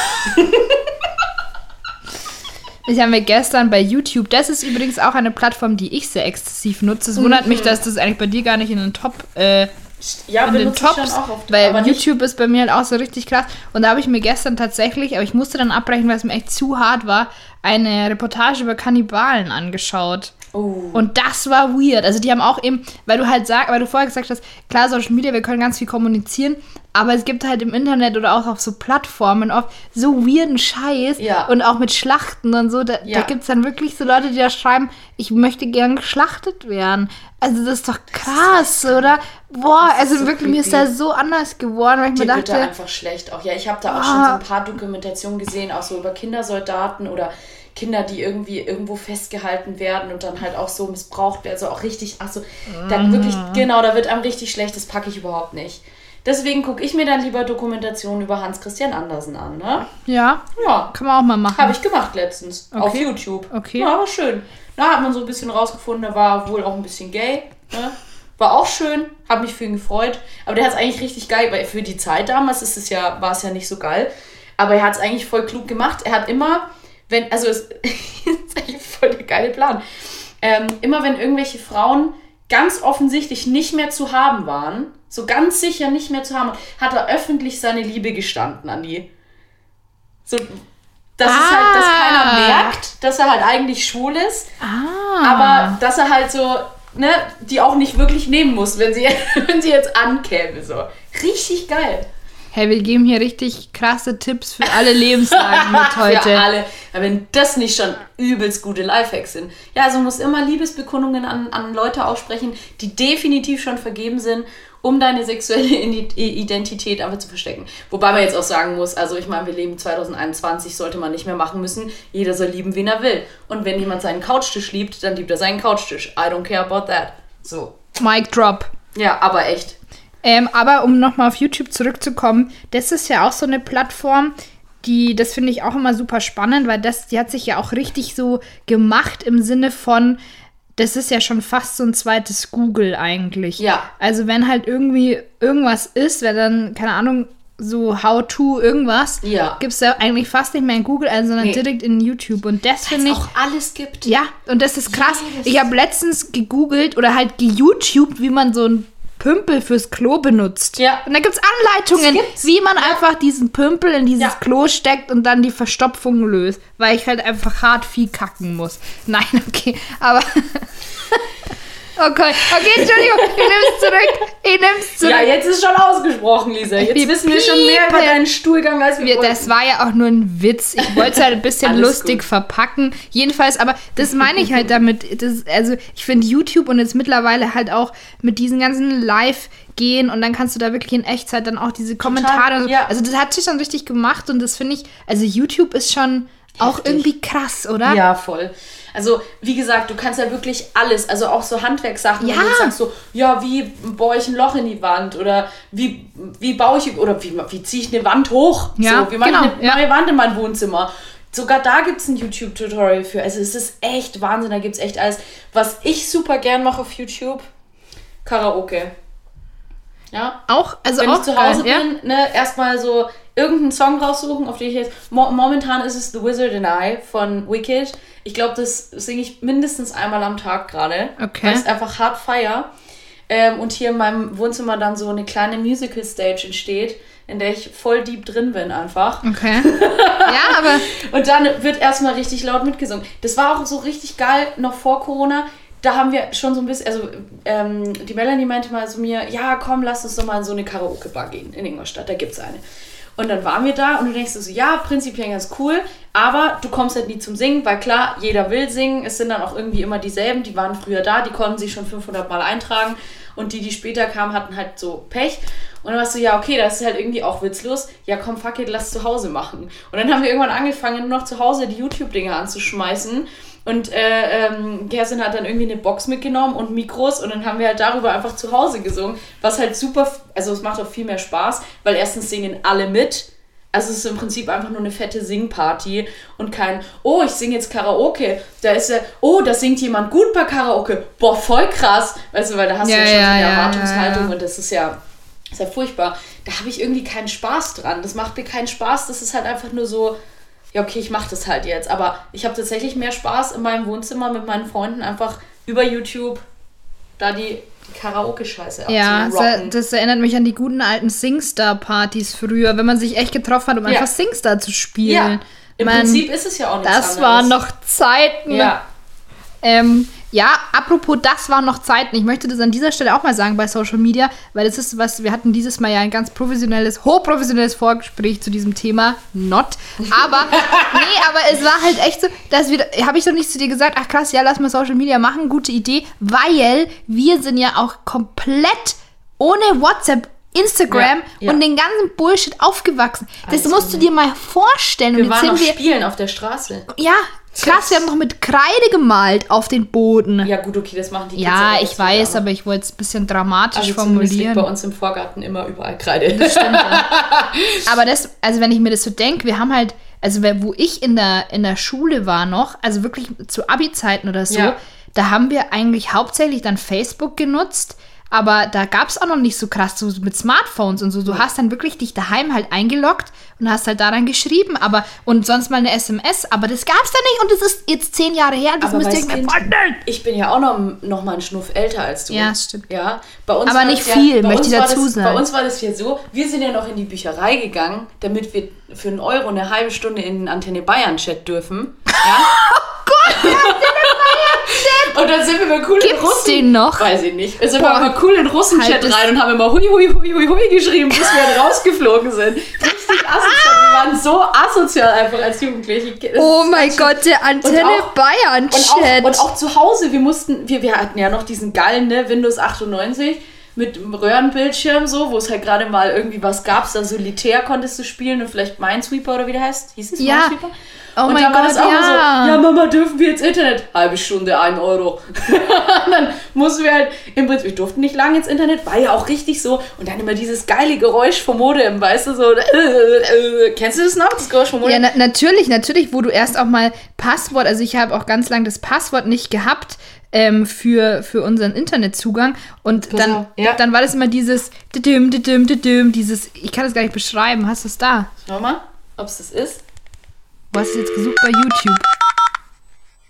Ich habe mir gestern bei YouTube, das ist übrigens auch eine Plattform, die ich sehr exzessiv nutze. Es wundert mhm. mich, dass das eigentlich bei dir gar nicht in den Top... Äh, ja, in den Tops, auch oft, weil YouTube ist bei mir halt auch so richtig krass. Und da habe ich mir gestern tatsächlich, aber ich musste dann abbrechen, weil es mir echt zu hart war, eine Reportage über Kannibalen angeschaut. Oh. Und das war weird. Also die haben auch eben, weil du halt sagst, weil du vorher gesagt hast, klar, Social Media, wir können ganz viel kommunizieren, aber es gibt halt im Internet oder auch auf so Plattformen oft so weirden Scheiß ja. und auch mit Schlachten und so. Da, ja. da gibt es dann wirklich so Leute, die da schreiben, ich möchte gern geschlachtet werden. Also das ist doch krass, ist oder? Boah, also so wirklich, mir ist da so anders geworden, weil ich Dir mir dachte... wird da einfach schlecht. Auch ja, ich habe da auch oh. schon so ein paar Dokumentationen gesehen, auch so über Kindersoldaten oder Kinder, die irgendwie irgendwo festgehalten werden und dann halt auch so missbraucht werden. Also auch richtig, ach so, dann wirklich, genau, da wird einem richtig schlecht, das packe ich überhaupt nicht. Deswegen gucke ich mir dann lieber Dokumentationen über Hans Christian Andersen an, ne? Ja, ja. Kann man auch mal machen. Habe ich gemacht letztens, okay. auf YouTube. Okay. Ja, war schön. Da hat man so ein bisschen rausgefunden, der war wohl auch ein bisschen gay, ne? War auch schön, habe mich für ihn gefreut. Aber der hat es eigentlich richtig geil, weil für die Zeit damals ist es ja, war es ja nicht so geil. Aber er hat es eigentlich voll klug gemacht. Er hat immer, wenn, also es ist eigentlich voll der geile Plan. Ähm, immer wenn irgendwelche Frauen ganz offensichtlich nicht mehr zu haben waren, so ganz sicher nicht mehr zu haben, hat er öffentlich seine Liebe gestanden an die. So, dass ah. es halt, dass keiner merkt, dass er halt eigentlich schwul ist. Ah. Aber dass er halt so, ne, die auch nicht wirklich nehmen muss, wenn sie, wenn sie jetzt ankäme. So. Richtig geil. Hey, wir geben hier richtig krasse Tipps für alle Lebenslagen mit heute. Für alle. Ja, wenn das nicht schon übelst gute Lifehacks sind. Ja, also muss immer Liebesbekundungen an, an Leute aussprechen, die definitiv schon vergeben sind, um deine sexuelle Identität aber zu verstecken. Wobei man jetzt auch sagen muss, also ich meine, wir leben zwanzig einundzwanzig, sollte man nicht mehr machen müssen. Jeder soll lieben, wen er will. Und wenn jemand seinen Couchtisch liebt, dann liebt er seinen Couchtisch. I don't care about that. So. Mic drop. Ja, aber echt. Ähm, aber um nochmal auf YouTube zurückzukommen, das ist ja auch so eine Plattform, die, das finde ich auch immer super spannend, weil das, die hat sich ja auch richtig so gemacht im Sinne von, das ist ja schon fast so ein zweites Google eigentlich. Ja. Also wenn halt irgendwie irgendwas ist, wenn dann, keine Ahnung, so How-to irgendwas, ja. gibt es ja eigentlich fast nicht mehr in Google, also, sondern nee. direkt in YouTube. Und das finde ich... auch alles gibt. Ja, und das ist krass. Jedes. Ich habe letztens gegoogelt oder halt ge-YouTubed, wie man so ein Pümpel fürs Klo benutzt. Ja. Und da gibt's Anleitungen, gibt's. wie man Ja. einfach diesen Pümpel in dieses Ja. Klo steckt und dann die Verstopfung löst. Weil ich halt einfach hart viel kacken muss. Nein, okay, aber... Okay, okay, Entschuldigung, ich nehme es zurück. Ich nehme es zurück. Ja, jetzt ist schon ausgesprochen, Lisa. Jetzt Wir wissen wir schon mehr über piepen. deinen Stuhlgang, als wir, Wir, wollten. das war ja auch nur ein Witz. Ich wollte es halt ein bisschen Alles lustig gut. verpacken. Jedenfalls, aber das meine ich halt damit. Das, also ich finde YouTube und jetzt mittlerweile halt auch mit diesen ganzen Live gehen und dann kannst du da wirklich in Echtzeit dann auch diese Kommentare. und so. ja. Also das hat sich schon richtig gemacht und das finde ich, also YouTube ist schon auch Heftig. irgendwie krass, oder? Ja, voll. Also, wie gesagt, du kannst ja wirklich alles, also auch so Handwerkssachen, Ja. wenn du jetzt sagst so, ja, wie baue ich ein Loch in die Wand oder wie, wie baue ich, oder wie, wie ziehe ich eine Wand hoch? Ja, so, wie mache genau, ich eine ja. neue Wand in mein Wohnzimmer? Sogar da gibt es ein YouTube-Tutorial für. Also es ist echt Wahnsinn, da gibt es echt alles. Was ich super gern mache auf YouTube, Karaoke. Ja, Auch, also wenn auch ich zu Hause geil, bin, ne, erstmal so irgendeinen Song raussuchen, auf den ich jetzt... Mo- momentan ist es The Wizard and I von Wicked. Ich glaube, das singe ich mindestens einmal am Tag gerade. Okay. Weil es einfach hart feier. Ähm, und hier in meinem Wohnzimmer dann so eine kleine Musical-Stage entsteht, in der ich voll deep drin bin einfach. Ja. Okay. Ja, aber... Und dann wird erstmal richtig laut mitgesungen. Das war auch so richtig geil, noch vor Corona. Da haben wir schon so ein bisschen, also ähm, die Melanie meinte mal zu mir, ja komm, lass uns doch mal in so eine Karaoke-Bar gehen in Ingolstadt, da gibt's eine. Und dann waren wir da und du denkst so, ja, prinzipiell ganz cool, aber du kommst halt nie zum Singen, weil klar, jeder will singen, es sind dann auch irgendwie immer dieselben, die waren früher da, die konnten sich schon fünfhundert Mal eintragen und die, die später kamen, hatten halt so Pech. Und dann warst du, ja, okay, das ist halt irgendwie auch witzlos. Ja, komm, fuck it, lass zu Hause machen. Und dann haben wir irgendwann angefangen, nur noch zu Hause die YouTube-Dinge anzuschmeißen. Und äh, ähm, Kerstin hat dann irgendwie eine Box mitgenommen und Mikros und dann haben wir halt darüber einfach zu Hause gesungen, was halt super, also es macht auch viel mehr Spaß, weil erstens singen alle mit, also es ist im Prinzip einfach nur eine fette Singparty und kein, oh, ich singe jetzt Karaoke, da ist ja, oh, da singt jemand gut bei Karaoke, boah, voll krass, weißt du, weil da hast Ja, du ja schon ja, so eine ja, Erwartungshaltung ja, ja. und das ist ja, ist ja furchtbar, da habe ich irgendwie keinen Spaß dran, das macht mir keinen Spaß, das ist halt einfach nur so, ja, okay, ich mache das halt jetzt. Aber ich habe tatsächlich mehr Spaß in meinem Wohnzimmer mit meinen Freunden einfach über YouTube da die, die Karaoke-Scheiße Ja, abzurocken. das, das erinnert mich an die guten alten Singstar-Partys früher, wenn man sich echt getroffen hat, um Ja. einfach Singstar zu spielen. Ja, im Man, Prinzip ist es ja auch nichts das anderes. waren noch Zeiten. Ja, Ähm, ja, apropos, das waren noch Zeiten. Ich möchte das an dieser Stelle auch mal sagen bei Social Media, weil das ist was, wir hatten dieses Mal ja ein ganz professionelles, hochprofessionelles Vorgespräch zu diesem Thema. Not. Aber, nee, aber es war halt echt so, dass wir, habe ich doch nicht zu dir gesagt, ach krass, ja, lass mal Social Media machen, gute Idee, weil wir sind ja auch komplett ohne WhatsApp, Instagram Ja, ja. und den ganzen Bullshit aufgewachsen. Das Alles musst du ohne. dir mal vorstellen. wir und jetzt waren noch sind wir, spielen auf der Straße. ja, krass, wir haben noch mit Kreide gemalt auf den Boden. Ja gut, okay, das machen die Kids Ja, aber ich jetzt weiß, wieder, aber ich wollte es ein bisschen dramatisch also zumindest liegt formulieren. bei uns im Vorgarten immer überall Kreide. Das stimmt, ja. Aber das, also wenn ich mir das so denke, wir haben halt, also wo ich in der, in der Schule war noch, also wirklich zu Abi-Zeiten oder so, Ja. da haben wir eigentlich hauptsächlich dann Facebook genutzt, aber da gab es auch noch nicht so krass so mit Smartphones und so. Du hast dann wirklich dich daheim halt eingeloggt und hast halt da dann geschrieben, aber und sonst mal eine S M S, aber das gab's da nicht und das ist jetzt zehn Jahre her, das Aber müsst ihr weißt euch du, mal vorstellen. ich bin ja auch noch, noch mal einen Schnuff älter als du. Ja, stimmt. Ja, bei uns Aber war nicht das ja, viel, bei möchte uns ich war dazu das, sagen. Bei uns war das ja so, wir sind ja noch in die Bücherei gegangen, damit wir für einen Euro eine halbe Stunde in den Antenne Bayern Chat dürfen. Ja? Oh Gott, Antenne Bayern Chat! Und dann sind wir mal cool in Gibt's Russen. den noch? Weiß ich nicht. Also sind Boah. wir mal cool in Russen-Chat Halt das- rein und haben immer hui, hui, hui, hui, hui geschrieben, bis wir halt rausgeflogen sind. Richtig asozial. Wir waren so asozial einfach als Jugendliche. Das Oh ist mein ganz Gott, der Antenne Und auch- Bayern und auch, Chat. und auch zu Hause, wir mussten, wir, wir hatten ja noch diesen geilen, ne, Windows achtundneunzig mit einem Röhrenbildschirm so, wo es halt gerade mal irgendwie was gab, da Solitär konntest du spielen und vielleicht Minesweeper oder wie der heißt. Hieß es Ja. Minesweeper? Oh und mein dann war Gott, das auch ja. immer so, ja Mama, dürfen wir ins Internet? Halbe Stunde, ein Euro. Und dann mussten wir halt, im Prinzip, wir durften nicht lange ins Internet, war ja auch richtig so. Und dann immer dieses geile Geräusch vom Modem, weißt du, so, äh, äh, kennst du das noch, das Geräusch vom Modem? Ja, na, natürlich, natürlich, wo du erst auch mal Passwort, also ich habe auch ganz lang das Passwort nicht gehabt ähm, für, für unseren Internetzugang und Pass dann, auf, ja. dann war das immer dieses didüm, didüm, didüm, dieses, ich kann das gar nicht beschreiben, hast du es da? Schau mal, ob es das ist. Wo hast du es jetzt gesucht? Bei YouTube.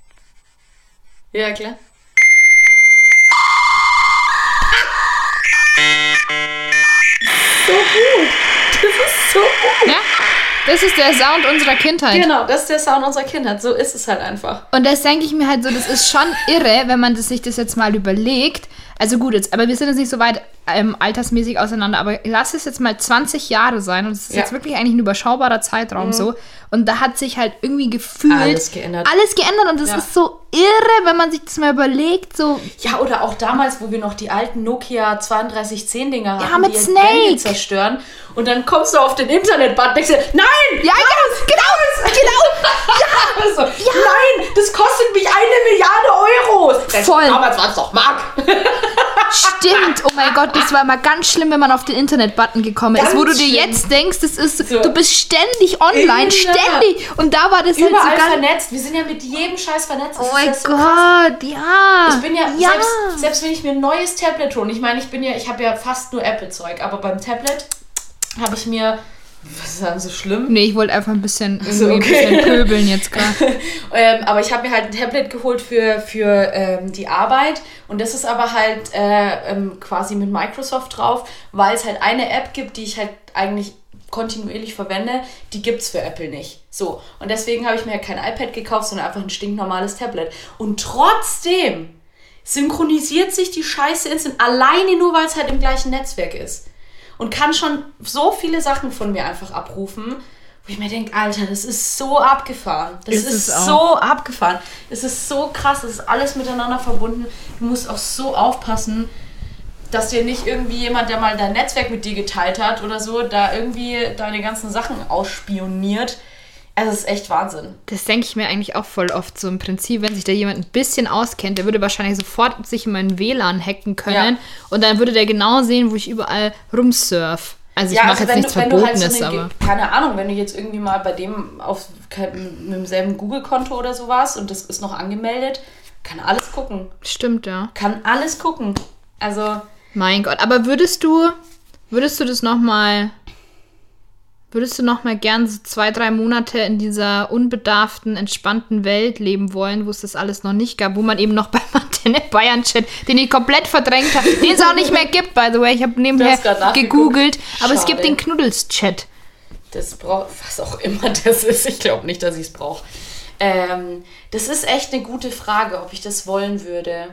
Ja, klar. So gut. Das ist so gut. Ja, das ist der Sound unserer Kindheit. Genau, das ist der Sound unserer Kindheit. So ist es halt einfach. Und das denke ich mir halt so, das ist schon irre, wenn man das, sich das jetzt mal überlegt. Also gut, jetzt, aber wir sind jetzt nicht so weit ähm, altersmäßig auseinander, aber lass es jetzt mal zwanzig Jahre sein und es ist Ja. jetzt wirklich eigentlich ein überschaubarer Zeitraum Mhm. so. Und da hat sich halt irgendwie gefühlt Alles geändert. alles geändert und das Ja. ist so irre, wenn man sich das mal überlegt, so Ja, oder auch damals, wo wir noch die alten Nokia zweiunddreißig zehn Dinger hatten, mit die Snake. Wände zerstören. Und dann kommst du auf den Internet-Button und denkst dir, nein! ja, genau, genau, genau. Also, Nein, das kostet mich eine Milliarde Euros. Voll. Damals war es doch Mark. Stimmt, oh mein Gott, das war immer ganz schlimm, wenn man auf den Internet-Button gekommen ist, Ganz wo du dir schlimm. jetzt denkst, das ist, So. du bist ständig online, Immer. ständig. Und da war das Überall halt so ganz... vernetzt. Wir sind ja mit jedem Scheiß vernetzt. Das Oh ist mein ja so krass. Gott, ja. Ich bin ja, ja. Selbst, selbst wenn ich mir ein neues Tablet hole, ich meine, ich bin ja, ich habe ja fast nur Apple-Zeug, aber beim Tablet habe ich mir, was ist dann so schlimm? Nee, ich wollte einfach ein bisschen, irgendwie so, okay. ein bisschen pöbeln jetzt gerade. ähm, aber ich habe mir halt ein Tablet geholt für, für ähm, die Arbeit und das ist aber halt äh, ähm, quasi mit Microsoft drauf, weil es halt eine App gibt, die ich halt eigentlich kontinuierlich verwende, die gibt's für Apple nicht. So, und deswegen habe ich mir halt kein iPad gekauft, sondern einfach ein stinknormales Tablet. Und trotzdem synchronisiert sich die Scheiße instant, alleine nur, weil es halt im gleichen Netzwerk ist. Und kann schon so viele Sachen von mir einfach abrufen, wo ich mir denke, Alter, das ist so abgefahren. Das Ist ist, es auch. so abgefahren. Das ist so krass, das ist alles miteinander verbunden. Du musst auch so aufpassen, dass dir nicht irgendwie jemand, der mal dein Netzwerk mit dir geteilt hat oder so, da irgendwie deine ganzen Sachen ausspioniert. Also das ist echt Wahnsinn. Das denke ich mir eigentlich auch voll oft so im Prinzip, wenn sich da jemand ein bisschen auskennt, der würde wahrscheinlich sofort sich in meinen W L A N hacken können Ja. und dann würde der genau sehen, wo ich überall rumsurf. Also ich Ja, mache also jetzt wenn nichts du, wenn du halt Verbotenes, so eine, aber... keine Ahnung, wenn du jetzt irgendwie mal bei dem auf kein- mit demselben Google-Konto oder so warst und das ist noch angemeldet, kann alles gucken. Stimmt, ja. Kann alles gucken. Also, Mein Gott, aber würdest du, würdest du das nochmal, würdest du nochmal gern so zwei, drei Monate in dieser unbedarften, entspannten Welt leben wollen, wo es das alles noch nicht gab, wo man eben noch beim Antenne Bayern-Chat, den ich komplett verdrängt habe, den es auch nicht mehr gibt, by the way, ich habe nebenher hast grad nachgeguckt. gegoogelt, aber es gibt Schade. den Knuddels-Chat. das braucht, was auch immer das ist, ich glaube nicht, dass ich es brauche. Ähm, das ist echt eine gute Frage, ob ich das wollen würde.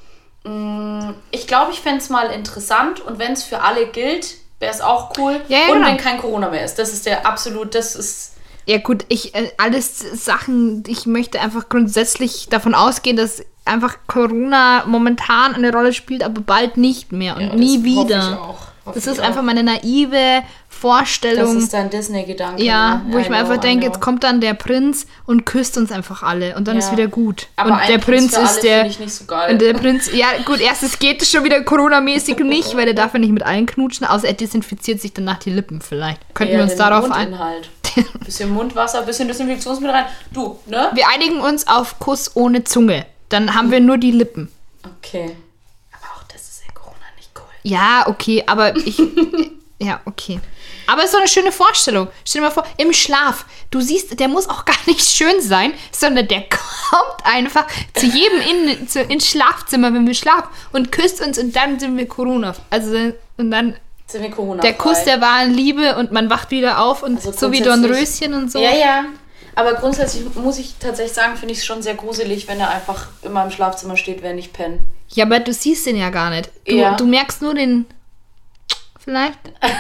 Mm, Ich glaube, ich fände es mal interessant und wenn es für alle gilt, wäre es auch cool. Ja, ja, und genau. wenn kein Corona mehr ist. Das ist der absolut, das ist... Ja gut, ich, äh, alles Sachen, ich möchte einfach grundsätzlich davon ausgehen, dass einfach Corona momentan eine Rolle spielt, aber bald nicht mehr und Ja, nie das hoffe wieder. ich auch. Hoffe Das ich ist auch. einfach meine naive Vorstellung. Das ist dein Disney-Gedanke. Ja, ne? wo ich I mir know, einfach I denke, know. jetzt kommt dann der Prinz und küsst uns einfach alle und dann Ja. ist wieder gut. Aber und ein der Prinz für alle ist der finde ich nicht so geil. und der Prinz, ja gut, erstens geht es schon wieder Corona-mäßig nicht, weil der darf ja nicht mit allen knutschen, außer er desinfiziert sich danach die Lippen vielleicht. Könnten Ja, wir uns den darauf ein... Mundinhalt. Bisschen Mundwasser, bisschen Desinfektionsmittel rein. Du, ne? Wir einigen uns auf Kuss ohne Zunge. Dann haben wir nur die Lippen. Okay. Aber auch das ist in Corona nicht cool. Ja, okay, aber ich... ja, okay. Aber es ist so eine schöne Vorstellung. Stell dir mal vor, im Schlaf. Du siehst, der muss auch gar nicht schön sein, sondern der kommt einfach zu jedem in, zu, ins Schlafzimmer, wenn wir schlafen und küsst uns und dann sind wir Corona. Also, und dann Sind wir Corona der Kuss der wahren Liebe und man wacht wieder auf und Also so wie grundsätzlich- Dornröschen und so. Ja, ja. Aber grundsätzlich muss ich tatsächlich sagen, finde ich es schon sehr gruselig, wenn er einfach immer im Schlafzimmer steht, während ich penne. Ja, aber du siehst den ja gar nicht. Du, Ja. du merkst nur den... Vielleicht...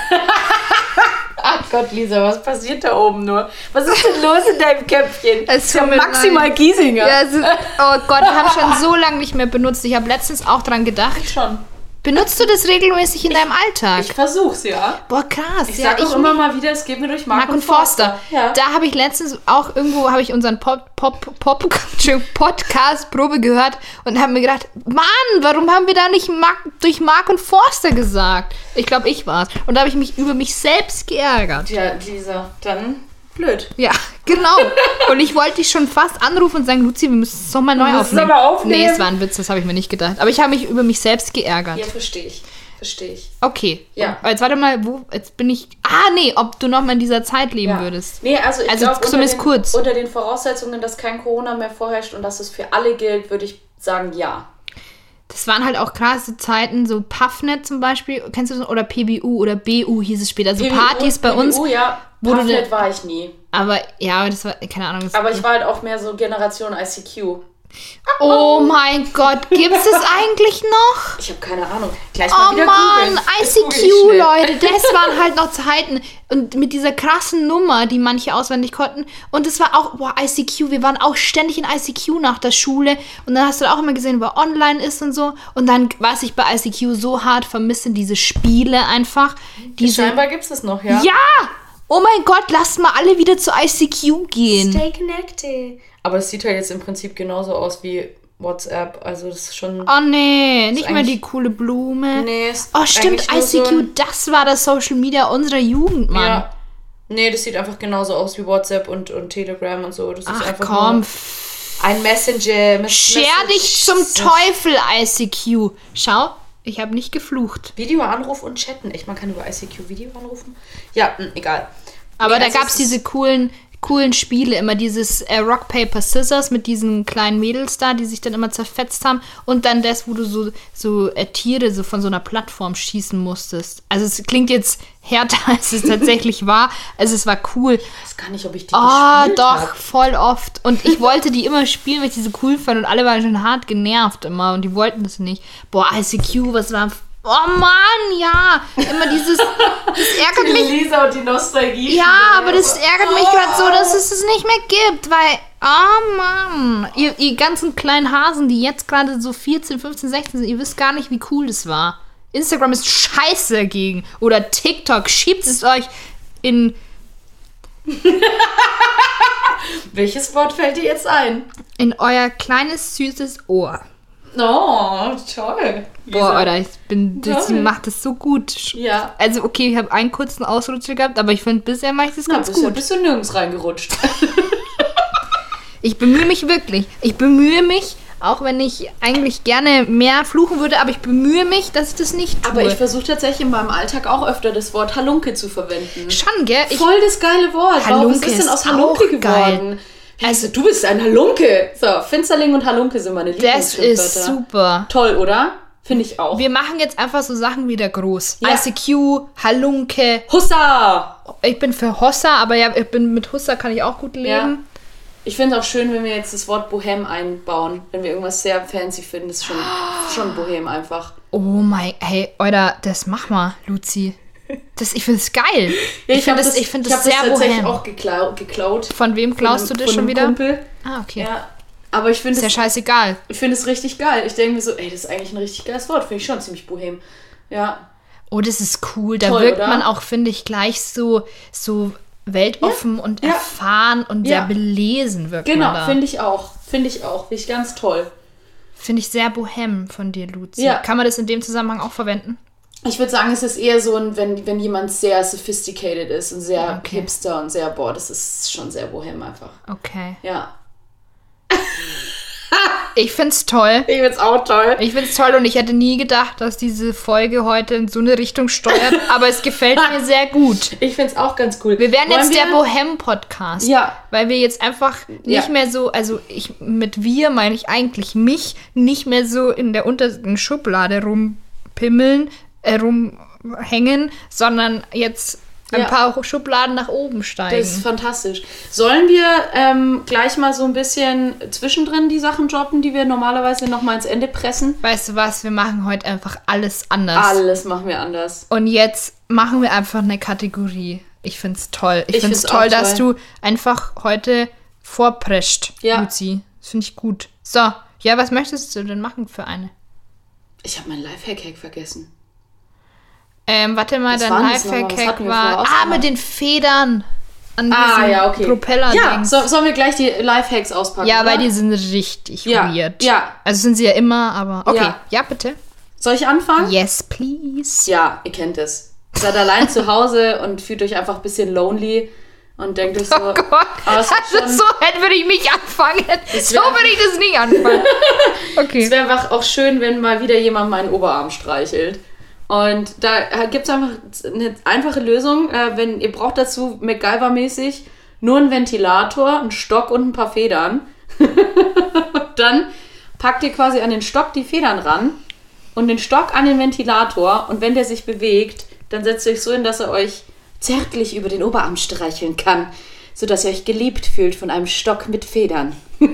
Ach Gott, Lisa, was passiert da oben nur? Was ist denn los in deinem Köpfchen? Es ist ja tut mir maximal leid. Giesinger. Ja, es ist, oh Gott, ich habe schon so lange nicht mehr benutzt. Ich habe letztens auch dran gedacht. Ich schon. Benutzt du das regelmäßig in deinem Alltag? Ich versuch's, ja. Boah, krass. Ich ja, sag auch immer mal wieder, es geht mir durch Mark, Mark und Forster. Ja. Da habe ich letztens auch irgendwo habe ich unseren Pop, Pop, Pop, Podcast-Probe gehört und habe mir gedacht, Mann, warum haben wir da nicht Mark, durch Mark und Forster gesagt? Ich glaube, ich war's. Und da habe ich mich über mich selbst geärgert. Ja, Lisa, dann blöd. Ja, genau. Und ich wollte dich schon fast anrufen und sagen, Luzi, wir müssen es nochmal neu müssen es aufnehmen. noch mal aufnehmen. Nee, es war ein Witz, das habe ich mir nicht gedacht. Aber ich habe mich über mich selbst geärgert. Ja, verstehe ich. Verstehe ich. Okay. Ja. Und jetzt warte mal, wo, jetzt bin ich... Ah, nee, ob du nochmal in dieser Zeit leben Ja. würdest. Nee, also ich Also glaube, unter, zumindest den- kurz. unter den Voraussetzungen, dass kein Corona mehr vorherrscht und dass es für alle gilt, würde ich sagen, ja. Das waren halt auch krasse Zeiten, so Puffnet zum Beispiel, kennst du das? Oder P B U oder B U hieß es später. Also P B U, Partys bei P B U, uns. Ja, wo du Puffnet ne- war ich nie. Aber ja, das war, keine Ahnung. Das Aber ich war halt auch mehr so Generation I C Q. Oh mein Gott, gibt's das eigentlich noch? Ich habe keine Ahnung. Gleich mal Oh wieder Mann, googeln. I Das C google ich Q, schnell. Leute, das waren halt noch Zeiten. Und mit dieser krassen Nummer, die manche auswendig konnten. Und es war auch, boah, I C Q, wir waren auch ständig in I C Q nach der Schule. Und dann hast du auch immer gesehen, wer online ist und so. Und dann, was ich bei I C Q so hart vermisse, diese Spiele einfach. Diese, Scheinbar gibt es das noch, ja. ja! Oh mein Gott, lasst mal alle wieder zu I C Q gehen. Stay connected. Aber es sieht halt jetzt im Prinzip genauso aus wie WhatsApp. Also das ist schon... Oh nee, nicht mehr eigentlich- die coole Blume. Nee, ist Oh stimmt, eigentlich nur I C Q, so ein- das war das Social Media unserer Jugend, Mann. Ja. Nee, das sieht einfach genauso aus wie WhatsApp und, und Telegram und so. Das ist Ach einfach komm, nur ein Messenger. Mes- scher Message- dich zum Teufel, I C Q. Schau, ich habe nicht geflucht. Videoanruf und chatten. Echt, man kann über I C Q Video anrufen? Ja, mh, egal. Aber Nee, da also gab es es diese ist- coolen, coolen Spiele, immer dieses äh, Rock, Paper, Scissors mit diesen kleinen Mädels da, die sich dann immer zerfetzt haben. Und dann das, wo du so, so äh, Tiere so von so einer Plattform schießen musstest. Also es klingt jetzt härter, als es tatsächlich war. Also es war cool. Ich weiß gar nicht, ob ich die Ah, gespielt doch, hab. voll oft. Und ich wollte die immer spielen, weil ich die so cool fand. Und alle waren schon hart genervt immer. Und die wollten das nicht. Boah, I C Q, was war... Oh Mann, ja. Immer dieses... Das ärgert mich. Lisa und die Nostalgie. Ja, aber das ärgert mich gerade so, dass es es nicht mehr gibt. Weil... Oh Mann. Ihr, ihr ganzen kleinen Hasen, die jetzt gerade so vierzehn, fünfzehn, sechzehn sind, ihr wisst gar nicht, wie cool das war. Instagram ist scheiße dagegen. Oder TikTok. Schiebt es euch in... Welches Wort fällt dir jetzt ein? in euer kleines, süßes Ohr. Oh, toll. Boah, Alter, ich bin, das, sie Toll. macht das so gut. Ja. Also, okay, ich habe einen kurzen Ausrutscher gehabt, aber ich finde, bisher mache ich das Na, ganz bist, du, gut. bist du nirgends reingerutscht. Ich bemühe mich wirklich. Ich bemühe mich, auch wenn ich eigentlich gerne mehr fluchen würde, aber ich bemühe mich, dass ich das nicht tue. Aber ich versuche tatsächlich in meinem Alltag auch öfter das Wort Halunke zu verwenden. Schon, gell? Ich, Voll das geile Wort. Warum Halunke ist es denn ist aus Halunke auch geil. geworden? Also, du bist ein Halunke. So, Finsterling und Halunke sind meine das Lieblingsschimpfwörter. ist super. Toll, oder? Finde ich auch. Wir machen jetzt einfach so Sachen wieder groß. Ja. I C Q, Halunke. Hussa! Ich bin für Hossa, aber ja, ich bin mit Hossa kann ich auch gut leben. Ja. Ich finde es auch schön, wenn wir jetzt das Wort Bohem einbauen. Wenn wir irgendwas sehr fancy finden, ist schon, schon Bohem einfach. Oh mein, hey, oder das mach mal, Luzi. Das, ich finde es geil. Ja, ich finde hab das, ich find ich das hab sehr das tatsächlich bohem. auch geklau geklaut. Von wem klaust Von du einem- das von schon einem wieder? Kumpel. Ah, okay. Ja. Aber ich finde Ist ja es scheißegal. ich finde es richtig geil. Ich denke mir so, ey, das ist eigentlich ein richtig geiles Wort. Finde ich schon ziemlich bohem. Ja. Oh, das ist cool. Da Toll, wirkt oder? man auch, finde ich, gleich so, so weltoffen Ja, und ja. erfahren und sehr Ja. belesen wirkt Genau, man da. finde ich auch. Finde ich auch. Finde ich ganz toll. Finde ich sehr bohem von dir, Luzi. Ja. Kann man das in dem Zusammenhang auch verwenden? Ich würde sagen, es ist eher so, ein, wenn, wenn jemand sehr sophisticated ist und sehr Okay. hipster und sehr, boah, das ist schon sehr bohem einfach. Okay. Ja. Ich finde es toll. Ich find's auch toll. Ich finde es toll und ich hätte nie gedacht, dass diese Folge heute in so eine Richtung steuert, aber es gefällt mir sehr gut. Ich find's auch ganz cool. Wir werden Wollen jetzt wir- der Bohem-Podcast. Ja. Weil wir jetzt einfach nicht Ja. mehr so, also ich mit wir meine ich eigentlich mich, nicht mehr so in der untersten Schublade rumpimmeln, äh, rumhängen, sondern jetzt ein Ja. paar Schubladen nach oben steigen. Das ist fantastisch. Sollen wir ähm, gleich mal so ein bisschen zwischendrin die Sachen droppen, die wir normalerweise noch mal ins Ende pressen? Weißt du was, wir machen heute einfach alles anders. Alles machen wir anders. Und jetzt machen wir einfach eine Kategorie. Ich find's toll. Ich, Ich find's find's toll, auch dass toll. du einfach heute vorprescht, Ja. Luzi. Das finde ich gut. So, ja, was möchtest du denn machen für eine? Ich habe meinen Lifehack-Hack vergessen. Ähm, warte mal, Was dein war denn das nochmal? Was Lifehack-Hack hatten wir war... vorher Ah, ausgemacht? mit den Federn an Ah, diesem ja, okay. Propeller. Ja, so, sollen wir gleich die Lifehacks auspacken? ja, weil oder? die sind richtig Ja, weird. ja. Also sind sie ja immer, aber... Okay, ja, Ja. bitte. Soll ich anfangen? Yes, please. Ja, ihr kennt es. Seid allein zu Hause und fühlt euch einfach ein bisschen lonely und denkt euch so... Oh Gott, aber es ist also schon- so hätte würde ich nicht anfangen. So wär- würde ich das nicht anfangen. Okay. Es wäre einfach auch schön, wenn mal wieder jemand meinen Oberarm streichelt. Und da gibt es einfach eine einfache Lösung. Äh, wenn ihr braucht dazu MacGyver-mäßig nur einen Ventilator, einen Stock und ein paar Federn. Dann packt ihr quasi an den Stock die Federn ran und den Stock an den Ventilator und wenn der sich bewegt, dann setzt ihr euch so hin, dass er euch zärtlich über den Oberarm streicheln kann, sodass ihr euch geliebt fühlt von einem Stock mit Federn.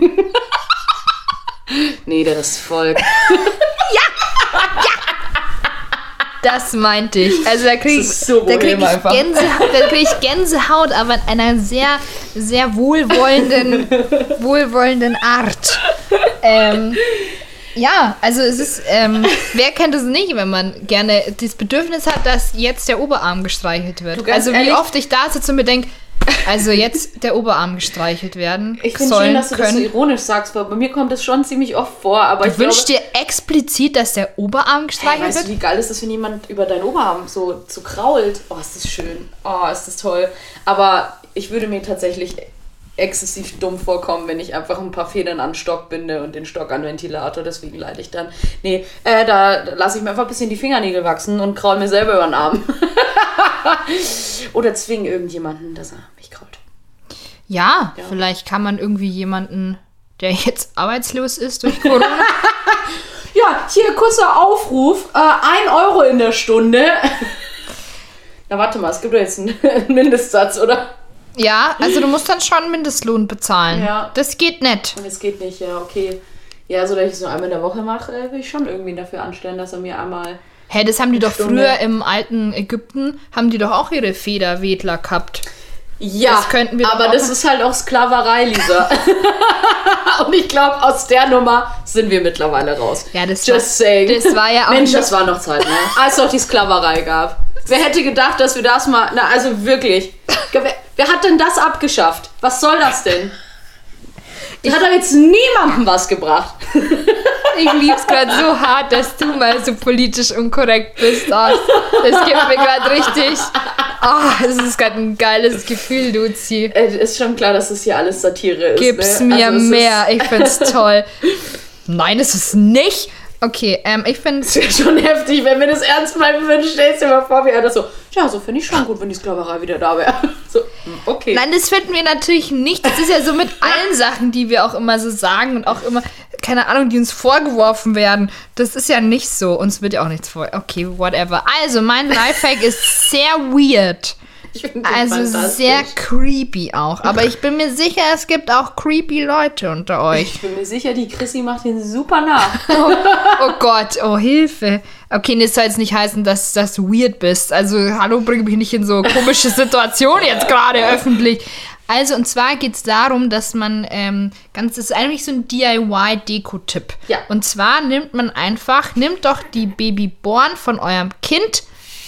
Niederes Volk. Ja! Ja! Das meinte ich. Also da kriege ich, so da krieg ich, Gänsehaut, da krieg ich Gänsehaut, aber in einer sehr, sehr wohlwollenden, wohlwollenden Art. Ähm, ja, also es ist, ähm, wer kennt es nicht, wenn man gerne das Bedürfnis hat, dass jetzt der Oberarm gestreichelt wird. Also wie ehrlich? oft ich da sitze und mir denke, also jetzt der Oberarm gestreichelt werden Ich finde schön, dass du können. das so ironisch sagst, weil bei mir kommt das schon ziemlich oft vor. Aber du ich wünschst glaube, dir explizit, dass der Oberarm gestreichelt hey, weißt wird? du, wie geil ist das, wenn jemand über deinen Oberarm so, so krault? Oh, ist das schön. Oh, ist das toll. Aber ich würde mir tatsächlich exzessiv dumm vorkommen, wenn ich einfach ein paar Federn an den Stock binde und den Stock an den Ventilator. Deswegen leite ich dann. Nee, äh, da lasse ich mir einfach ein bisschen die Fingernägel wachsen und kraul mir selber über den Arm. Oder zwinge irgendjemanden, dass er mich krault. Ja, ja, vielleicht kann man irgendwie jemanden, der jetzt arbeitslos ist durch Corona. Ja, hier kurzer Aufruf. Äh, ein Euro in der Stunde. Na, warte mal, es gibt doch jetzt einen Mindestsatz, oder? Ja, also du musst dann schon Mindestlohn bezahlen. Ja. Das geht nicht. Das geht nicht, ja, okay. Ja, so dass ich es nur einmal in der Woche mache, äh, will ich schon irgendwie dafür anstellen, dass er mir einmal... Hä, hey, das haben die doch Stunde. Früher im alten Ägypten, haben die doch auch ihre Federwedler gehabt. Ja, das könnten wir aber das ist halt auch Sklaverei, Lisa. Und ich glaube, aus der Nummer sind wir mittlerweile raus. Ja, das Just war, saying. Das war ja auch Mensch, das war noch Zeit, ne? Als es noch die Sklaverei gab. Wer hätte gedacht, dass wir das mal... Na, also wirklich. Wer, wer hat denn das abgeschafft? Was soll das denn? Das hat doch jetzt niemandem was gebracht. Ich lieb's gerade so hart, dass du mal so politisch unkorrekt bist. Oh, das gibt mir gerade richtig... Oh, es ist gerade ein geiles Gefühl, Luzi. Äh, ist schon klar, dass das hier alles Satire ist. Gib's ne? mir also mehr. Ich find's toll. Nein, ist es nicht. Okay, ähm, ich finde es wäre schon heftig, wenn wir das ernst meinen würden. Stellst dir mal vor, wie er das so, ja, so finde ich schon gut, wenn die Sklaverei wieder da wäre. So, okay. Nein, das finden wir natürlich nicht. Das ist ja so mit allen Sachen, die wir auch immer so sagen und auch immer, keine Ahnung, die uns vorgeworfen werden. Das ist ja nicht so. Uns wird ja auch nichts vor. Okay, whatever. Also, mein Lifehack ist sehr weird. Also sehr creepy auch. Aber ich bin mir sicher, es gibt auch creepy Leute unter euch. Ich bin mir sicher, die Chrissy macht den super nach. Oh, oh Gott, oh Hilfe. Okay, das soll jetzt nicht heißen, dass, dass du weird bist. Also hallo, bring mich nicht in so komische Situationen jetzt gerade öffentlich. Also und zwar geht es darum, dass man, ähm, ganz, das ist eigentlich so ein D I Y-Deko-Tipp. Ja. Und zwar nimmt man einfach, nimmt doch die Babyborn von eurem Kind,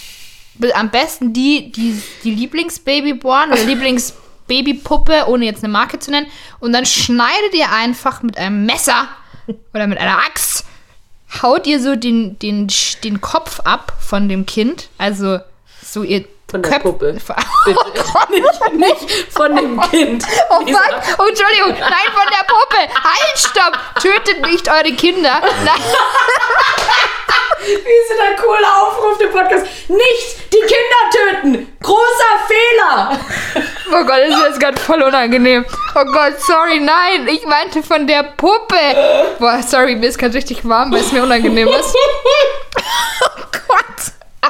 am besten die, die, die Lieblingsbabyborn oder Lieblingsbabypuppe, ohne jetzt eine Marke zu nennen. Und dann schneidet ihr einfach mit einem Messer oder mit einer Axt, haut ihr so den, den, den Kopf ab von dem Kind. Also so ihr Von der Köp- Puppe. Oh Gott. nicht, nicht von dem Kind. Oh fuck. Oh, Entschuldigung. Nein, von der Puppe. Halt, stopp. Tötet nicht eure Kinder. Nein. Wie ist denn ein cooler Aufruf im Podcast? Nicht die Kinder töten! Großer Fehler! Oh Gott, das ist jetzt gerade voll unangenehm. Oh Gott, sorry, nein. Ich meinte von der Puppe. Boah, sorry, mir ist gerade richtig warm, weil es mir unangenehm ist. Oh Gott.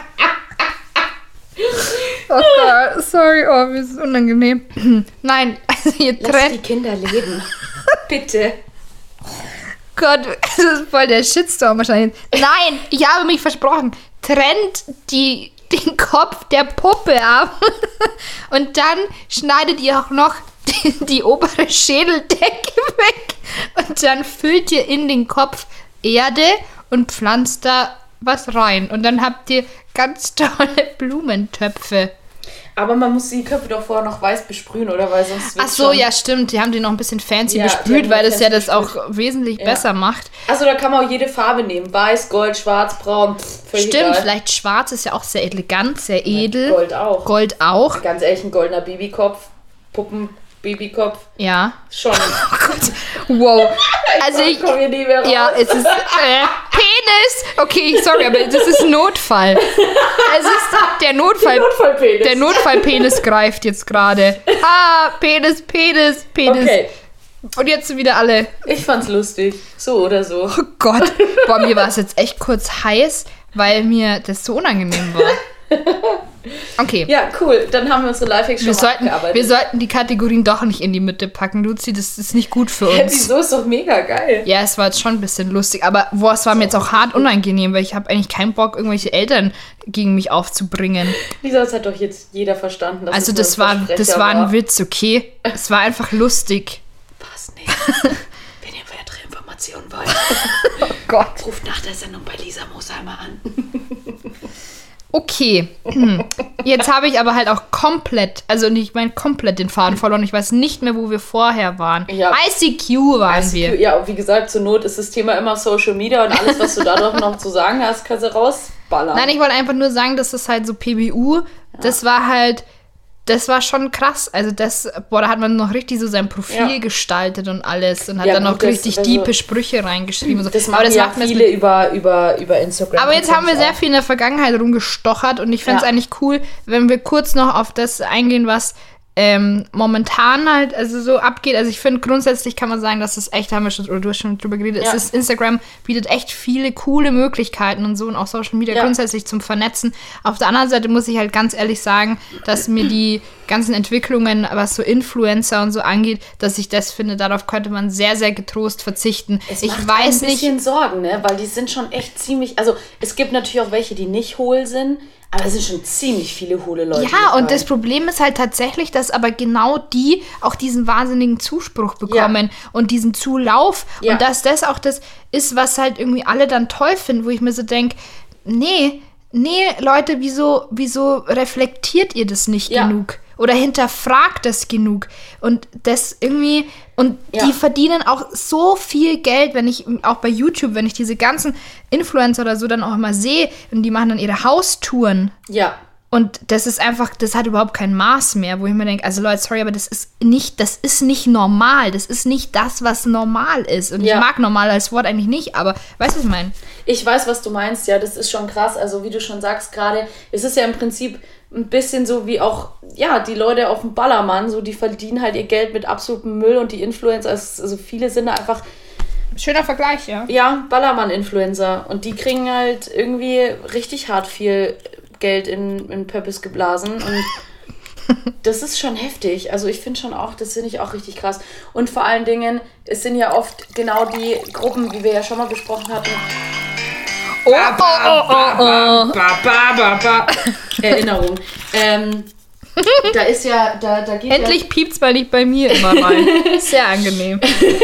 Oh Gott, sorry, oh, mir ist es unangenehm. Nein, also ihr trennt... Lass die Kinder leben. Bitte. Gott, das ist voll der Shitstorm wahrscheinlich. Nein, ich habe mich versprochen. Trennt die, den Kopf der Puppe ab. Und dann schneidet ihr auch noch die, die obere Schädeldecke weg. Und dann füllt ihr in den Kopf Erde und pflanzt da was rein. Und dann habt ihr ganz tolle Blumentöpfe. Aber man muss die Köpfe doch vorher noch weiß besprühen, oder? Weil sonst Ach so, ja, stimmt. Die haben die noch ein bisschen fancy ja, besprüht, weil das ja das auch wesentlich ja. besser macht. Also da kann man auch jede Farbe nehmen. Weiß, Gold, Schwarz, Braun. Pff, stimmt, egal. Vielleicht Schwarz ist ja auch sehr elegant, sehr edel. Ja, Gold auch. Gold auch. Ganz ehrlich, ein goldener Babykopf. Puppen. Babykopf. Ja. Schon. Oh Gott. Wow. Also ich. Komm hier nie mehr raus. Ja, es ist äh, Penis. Okay, sorry, aber das ist Notfall. Es ist der Notfall. Notfallpenis. Der Notfallpenis greift jetzt gerade. Ah, Penis, Penis, Penis. Okay. Und jetzt sind wieder alle. Ich fand's lustig. So oder so. Oh Gott. Boah, mir war es jetzt echt kurz heiß, weil mir das so unangenehm war. Okay. Ja, cool. Dann haben wir unsere Lifehacks schon wir sollten, abgearbeitet. wir sollten die Kategorien doch nicht in die Mitte packen, Luzi. Das ist nicht gut für uns. Ja, wieso? Ist doch mega geil. Ja, es war jetzt schon ein bisschen lustig. Aber boah, es war mir jetzt auch hart unangenehm, weil ich habe eigentlich keinen Bock, irgendwelche Eltern gegen mich aufzubringen. Wieso? Das hat doch jetzt jeder verstanden. Dass Also das, das war, das war ein Witz, okay? Es war einfach lustig. Was nicht? Wenn ihr weitere Informationen wollt, oh Gott. ruft nach der Sendung bei Lisa Mosheimer an. Okay, hm. Jetzt habe ich aber halt auch komplett, also nicht mein komplett den Faden verloren. Ich weiß nicht mehr, wo wir vorher waren. Ja. I C Q waren I C Q, wir. Ja, wie gesagt, zur Not ist das Thema immer Social Media und alles, was du da doch noch zu sagen hast, kannst du rausballern. Nein, ich wollte einfach nur sagen, dass das halt so P B U, ja. das war halt, das war schon krass. Also das, boah, da hat man noch richtig so sein Profil ja. gestaltet und alles und hat ja, dann noch richtig das, also, diepe Sprüche reingeschrieben. Und so. Das machen aber das ja macht viele mit, über, über, über Instagram. Aber jetzt haben wir sehr viel in der Vergangenheit rumgestochert und ich finde es ja. eigentlich cool, wenn wir kurz noch auf das eingehen, was ähm, momentan halt also so abgeht. Also ich finde, grundsätzlich kann man sagen, dass es echt, haben wir schon, oder du hast schon drüber geredet, ja. es ist, Instagram bietet echt viele coole Möglichkeiten und so und auch Social Media ja. grundsätzlich zum Vernetzen. Auf der anderen Seite muss ich halt ganz ehrlich sagen, dass mir die ganzen Entwicklungen, was so Influencer und so angeht, dass ich das finde, darauf könnte man sehr, sehr getrost verzichten. Es ich macht weiß ein bisschen nicht, Sorgen, ne? Weil die sind schon echt ziemlich, also es gibt natürlich auch welche, die nicht hohl sind, aber es sind schon ziemlich viele hohle Leute. Ja, und das Problem ist halt tatsächlich, dass aber genau die auch diesen wahnsinnigen Zuspruch bekommen ja. und diesen Zulauf. Ja. Und dass das auch das ist, was halt irgendwie alle dann toll finden, wo ich mir so denke, nee, nee, Leute, wieso, wieso reflektiert ihr das nicht ja. genug? Oder hinterfragt das genug. Und das irgendwie, und ja. die verdienen auch so viel Geld, wenn ich, auch bei YouTube, wenn ich diese ganzen Influencer oder so dann auch immer sehe, und die machen dann ihre Haustouren. Ja. Und das ist einfach, das hat überhaupt kein Maß mehr, wo ich mir denke, also Leute, sorry, aber das ist nicht, das ist nicht normal. Das ist nicht das, was normal ist. Und ja. ich mag normal als Wort eigentlich nicht, aber weißt du, was ich meine? Ich weiß, was du meinst, ja, das ist schon krass. Also wie du schon sagst gerade, es ist ja im Prinzip ein bisschen so wie auch, ja, die Leute auf dem Ballermann, so die verdienen halt ihr Geld mit absolutem Müll und die Influencer, also viele sind da einfach... Schöner Vergleich, ja. Ja, Ballermann-Influencer und die kriegen halt irgendwie richtig hart viel Geld in, in Pöppes geblasen und das ist schon heftig. Also ich finde schon auch, das finde ich auch richtig krass. Und vor allen Dingen, es sind ja oft genau die Gruppen, wie wir ja schon mal besprochen hatten. Oh, oh, oh, oh, oh. Ba, ba, ba, ba. Erinnerung. Ähm, da ist ja, da, da geht Endlich ja, piept's mal nicht bei mir immer rein. Sehr angenehm.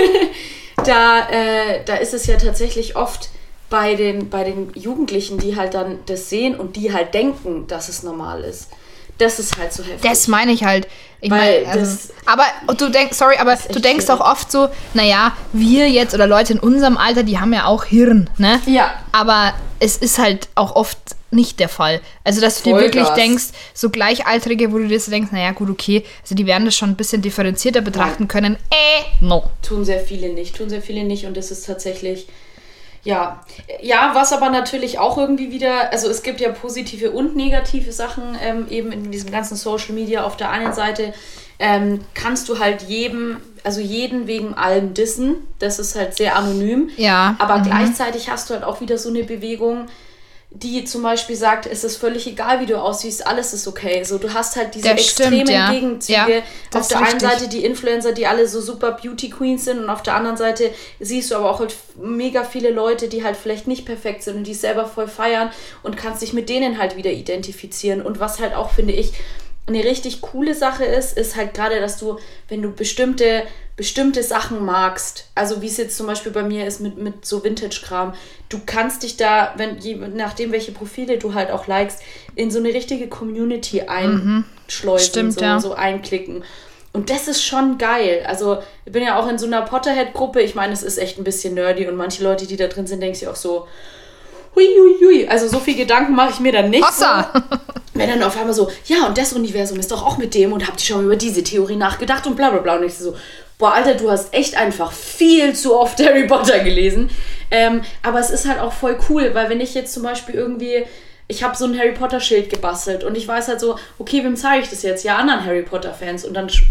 da, äh, da ist es ja tatsächlich oft bei den, bei den Jugendlichen, die halt dann das sehen und die halt denken, dass es normal ist. Das ist halt so heftig. Das meine ich halt. Ich Weil mein, also, das, aber du denkst, sorry, aber du denkst schwierig. Auch oft so, naja, wir jetzt oder Leute in unserem Alter, die haben ja auch Hirn, ne? Ja. Aber es ist halt auch oft nicht der Fall. Also, dass du dir wirklich denkst, so Gleichaltrige, wo du dir so denkst, naja, gut, okay, also die werden das schon ein bisschen differenzierter betrachten können. Äh, no. Tun sehr viele nicht, tun sehr viele nicht und das ist tatsächlich... Ja, ja, was aber natürlich auch irgendwie wieder, also es gibt ja positive und negative Sachen ähm, eben in diesem ganzen Social Media. Auf der einen Seite ähm, kannst du halt jedem, also jeden wegen allem dissen, das ist halt sehr anonym. Ja. Aber mhm. gleichzeitig hast du halt auch wieder so eine Bewegung, die zum Beispiel sagt, es ist völlig egal, wie du aussiehst, alles ist okay. So, du hast halt diese das extremen stimmt, ja. Gegenzüge. Ja, auf der einen Seite die Influencer, die alle so super Beauty Queens sind und auf der anderen Seite siehst du aber auch halt mega viele Leute, die halt vielleicht nicht perfekt sind und die es selber voll feiern und kannst dich mit denen halt wieder identifizieren. Und was halt auch, finde ich, eine richtig coole Sache ist, ist halt gerade, dass du, wenn du bestimmte bestimmte Sachen magst, also wie es jetzt zum Beispiel bei mir ist mit, mit so Vintage-Kram, du kannst dich da, wenn je nachdem, welche Profile du halt auch likest, in so eine richtige Community einschleusen, Stimmt, so, ja. so einklicken. Und das ist schon geil. Also ich bin ja auch in so einer Potterhead-Gruppe, ich meine, es ist echt ein bisschen nerdy und manche Leute, die da drin sind, denken sich auch so, hui, hui, hui. Also so viel Gedanken mache ich mir dann nicht. So. Wenn dann auf einmal so, ja, und das Universum ist doch auch mit dem und habt ihr schon mal über diese Theorie nachgedacht und bla bla bla. Und ich so, boah, Alter, du hast echt einfach viel zu oft Harry Potter gelesen. Ähm, aber es ist halt auch voll cool, weil wenn ich jetzt zum Beispiel irgendwie, ich habe so ein Harry Potter Schild gebastelt und ich weiß halt so, okay, wem zeige ich das jetzt? Ja, anderen Harry Potter Fans. Und dann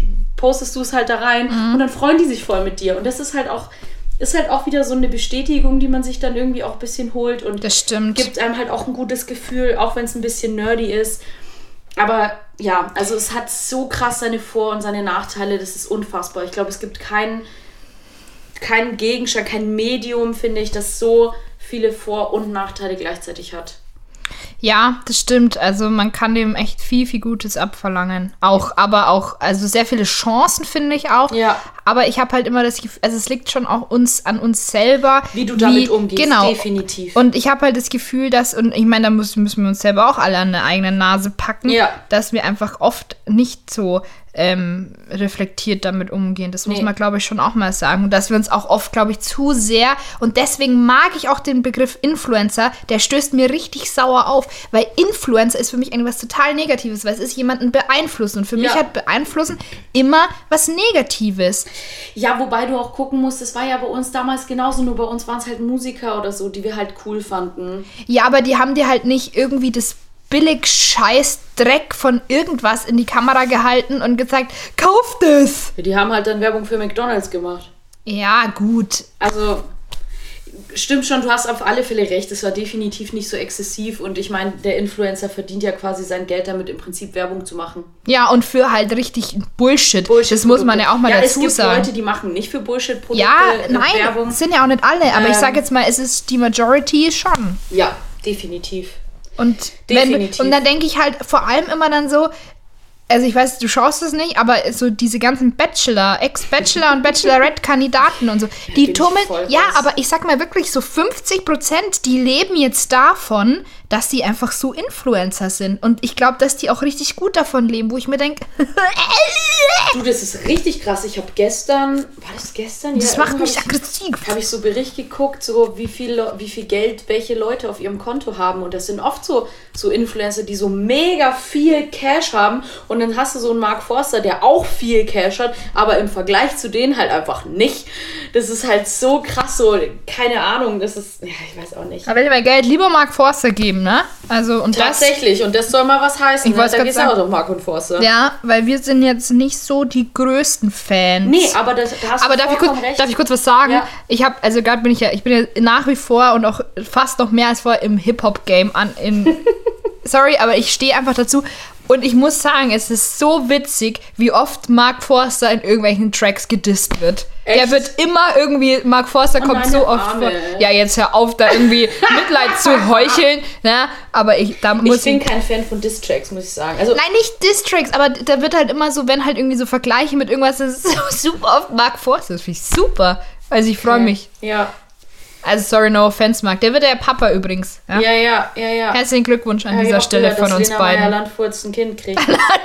postest du es halt da rein Mhm. und dann freuen die sich voll mit dir. Und das ist halt auch, ist halt auch wieder so eine Bestätigung, die man sich dann irgendwie auch ein bisschen holt und Das stimmt. gibt einem halt auch ein gutes Gefühl, auch wenn es ein bisschen nerdy ist. Aber ja, also es hat so krass seine Vor- und seine Nachteile, das ist unfassbar. Ich glaube, es gibt keinen kein Gegenstand, kein Medium, finde ich, das so viele Vor- und Nachteile gleichzeitig hat. Ja, das stimmt. Also man kann dem echt viel, viel Gutes abverlangen. Auch, aber auch, also sehr viele Chancen finde ich auch. Ja. Aber ich habe halt immer das Gefühl, also es liegt schon auch uns an uns selber. Wie du damit umgehst, genau. definitiv. Und ich habe halt das Gefühl, dass, und ich meine, da müssen, müssen wir uns selber auch alle an der eigenen Nase packen, Ja. dass wir einfach oft nicht so ähm, reflektiert damit umgehen. Das muss Nee. man, glaube ich, schon auch mal sagen. Und dass wir uns auch oft, glaube ich, zu sehr, und deswegen mag ich auch den Begriff Influencer, der stößt mir richtig sauer auf, weil Influencer ist für mich irgendwas total Negatives, weil es ist jemanden beeinflussen. Und für mich Ja. hat beeinflussen immer was Negatives. Ja, wobei du auch gucken musst, das war ja bei uns damals genauso, nur bei uns waren es halt Musiker oder so, die wir halt cool fanden. Ja, aber die haben dir halt nicht irgendwie das billig scheiß Dreck von irgendwas in die Kamera gehalten und gesagt, kauf das! Die haben halt dann Werbung für McDonald's gemacht. Ja, gut. Also, stimmt schon, du hast auf alle Fälle recht, es war definitiv nicht so exzessiv und ich meine, der Influencer verdient ja quasi sein Geld damit, im Prinzip Werbung zu machen. Ja, und für halt richtig Bullshit. Bullshit das muss man ja auch mal ja, dazu es gibt sagen. Leute, die machen nicht für Bullshit-Produkte Ja, äh, nein, Werbung. sind ja auch nicht alle, aber ich Ähm. sag jetzt mal, es ist die Majority schon. Ja, definitiv. Und, wenn, Definitiv. und da denke ich halt vor allem immer dann so, also ich weiß, du schaust es nicht, aber so diese ganzen Bachelor, Ex-Bachelor und Bachelorette-Kandidaten und so, die bin ich tummeln, voll ja, raus. aber ich sag mal wirklich so fünfzig Prozent, die leben jetzt davon, dass sie einfach so Influencer sind. Und ich glaube, dass die auch richtig gut davon leben, wo ich mir denke, Du, das ist richtig krass. Ich habe gestern, war das gestern? das Ja, macht irgendwann mich hab ich- aggressiv. Habe ich so Bericht geguckt, so wie viel, Le- wie viel Geld welche Leute auf ihrem Konto haben. Und das sind oft so, so Influencer, die so mega viel Cash haben. Und dann hast du so einen Mark Forster, der auch viel Cash hat, aber im Vergleich zu denen halt einfach nicht. Das ist halt so krass, so, keine Ahnung, das ist, ja, ich weiß auch nicht. Aber ich mein Geld lieber Mark Forster geben, ne? Also, und das. Tatsächlich, und das soll mal was heißen. Ich Ne? wollt's Da grad geht's sagen. auch um Mark und Forster. Ja, weil wir sind jetzt nicht so die größten Fans. Nee, aber das, da hast Aber du darf ich, vollkommen kurz, recht. darf ich kurz was sagen? Ja. Ich habe, also gerade bin ich ja, ich bin ja nach wie vor und auch fast noch mehr als vorher im Hip-Hop-Game an. In, sorry, aber ich stehe einfach dazu. Und ich muss sagen, es ist so witzig, wie oft Mark Forster in irgendwelchen Tracks gedisst wird. Der Echt? wird immer irgendwie, Mark Forster Oh, kommt meine so oft Arme. vor. Ja, jetzt hör auf, da irgendwie Mitleid zu heucheln. Ne? Aber ich, da muss Ich bin kein Fan von Diss-Tracks, muss ich sagen. Also, Nein, nicht Diss-Tracks, aber da wird halt immer so, wenn halt irgendwie so Vergleiche mit irgendwas, das ist so super oft Mark Forster. Das finde ich super. Also ich freue mich. Ja, Also sorry, no offense, Mark. Der wird der Papa übrigens. Ja? ja, ja, ja, ja. Herzlichen Glückwunsch an Ja, ich dieser hab Stelle gehört, von dass uns Lena beiden. Meyer-Landfurz ein Kind kriegt.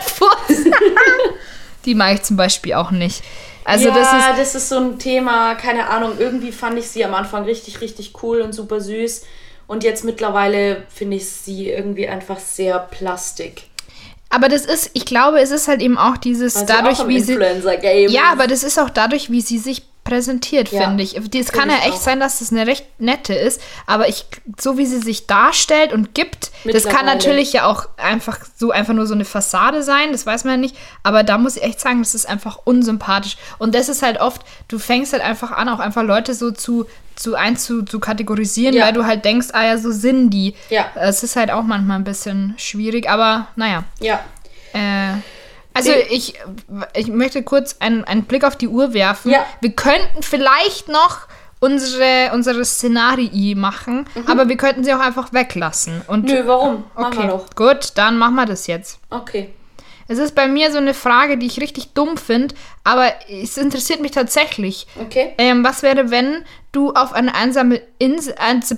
Die mag ich zum Beispiel auch nicht. Also ja, das ist... das ist so ein Thema, keine Ahnung, irgendwie fand ich sie am Anfang richtig, richtig cool und super süß. Und jetzt mittlerweile finde ich sie irgendwie einfach sehr plastik. Aber das ist, ich glaube, es ist halt eben auch dieses, Weil sie dadurch, auch im wie sie... Influencer-Game Ja, ist. aber das ist auch dadurch, wie sie sich präsentiert, Ja, finde ich. Es kann finde ja ich echt auch. sein, dass das eine recht nette ist, aber ich, so wie sie sich darstellt und gibt, das kann Mittlerweile. natürlich ja auch einfach so einfach nur so eine Fassade sein, das weiß man ja nicht, aber da muss ich echt sagen, das ist einfach unsympathisch. Und das ist halt oft, du fängst halt einfach an, auch einfach Leute so zu zu einzu zu kategorisieren, Ja. weil du halt denkst, ah ja, so sind die. Ja. Es ist halt auch manchmal ein bisschen schwierig, aber naja. Ja. Äh, also Nee. ich, ich möchte kurz einen, einen Blick auf die Uhr werfen. Ja. Wir könnten vielleicht noch unsere, unsere Szenarii machen, aber wir könnten sie auch einfach weglassen. Und Nö, warum? Machen okay, wir doch. gut, dann machen wir das jetzt. Okay. Es ist bei mir so eine Frage, die ich richtig dumm finde, aber es interessiert mich tatsächlich. Okay. Ähm, was wäre, wenn du auf eine einsame Insel...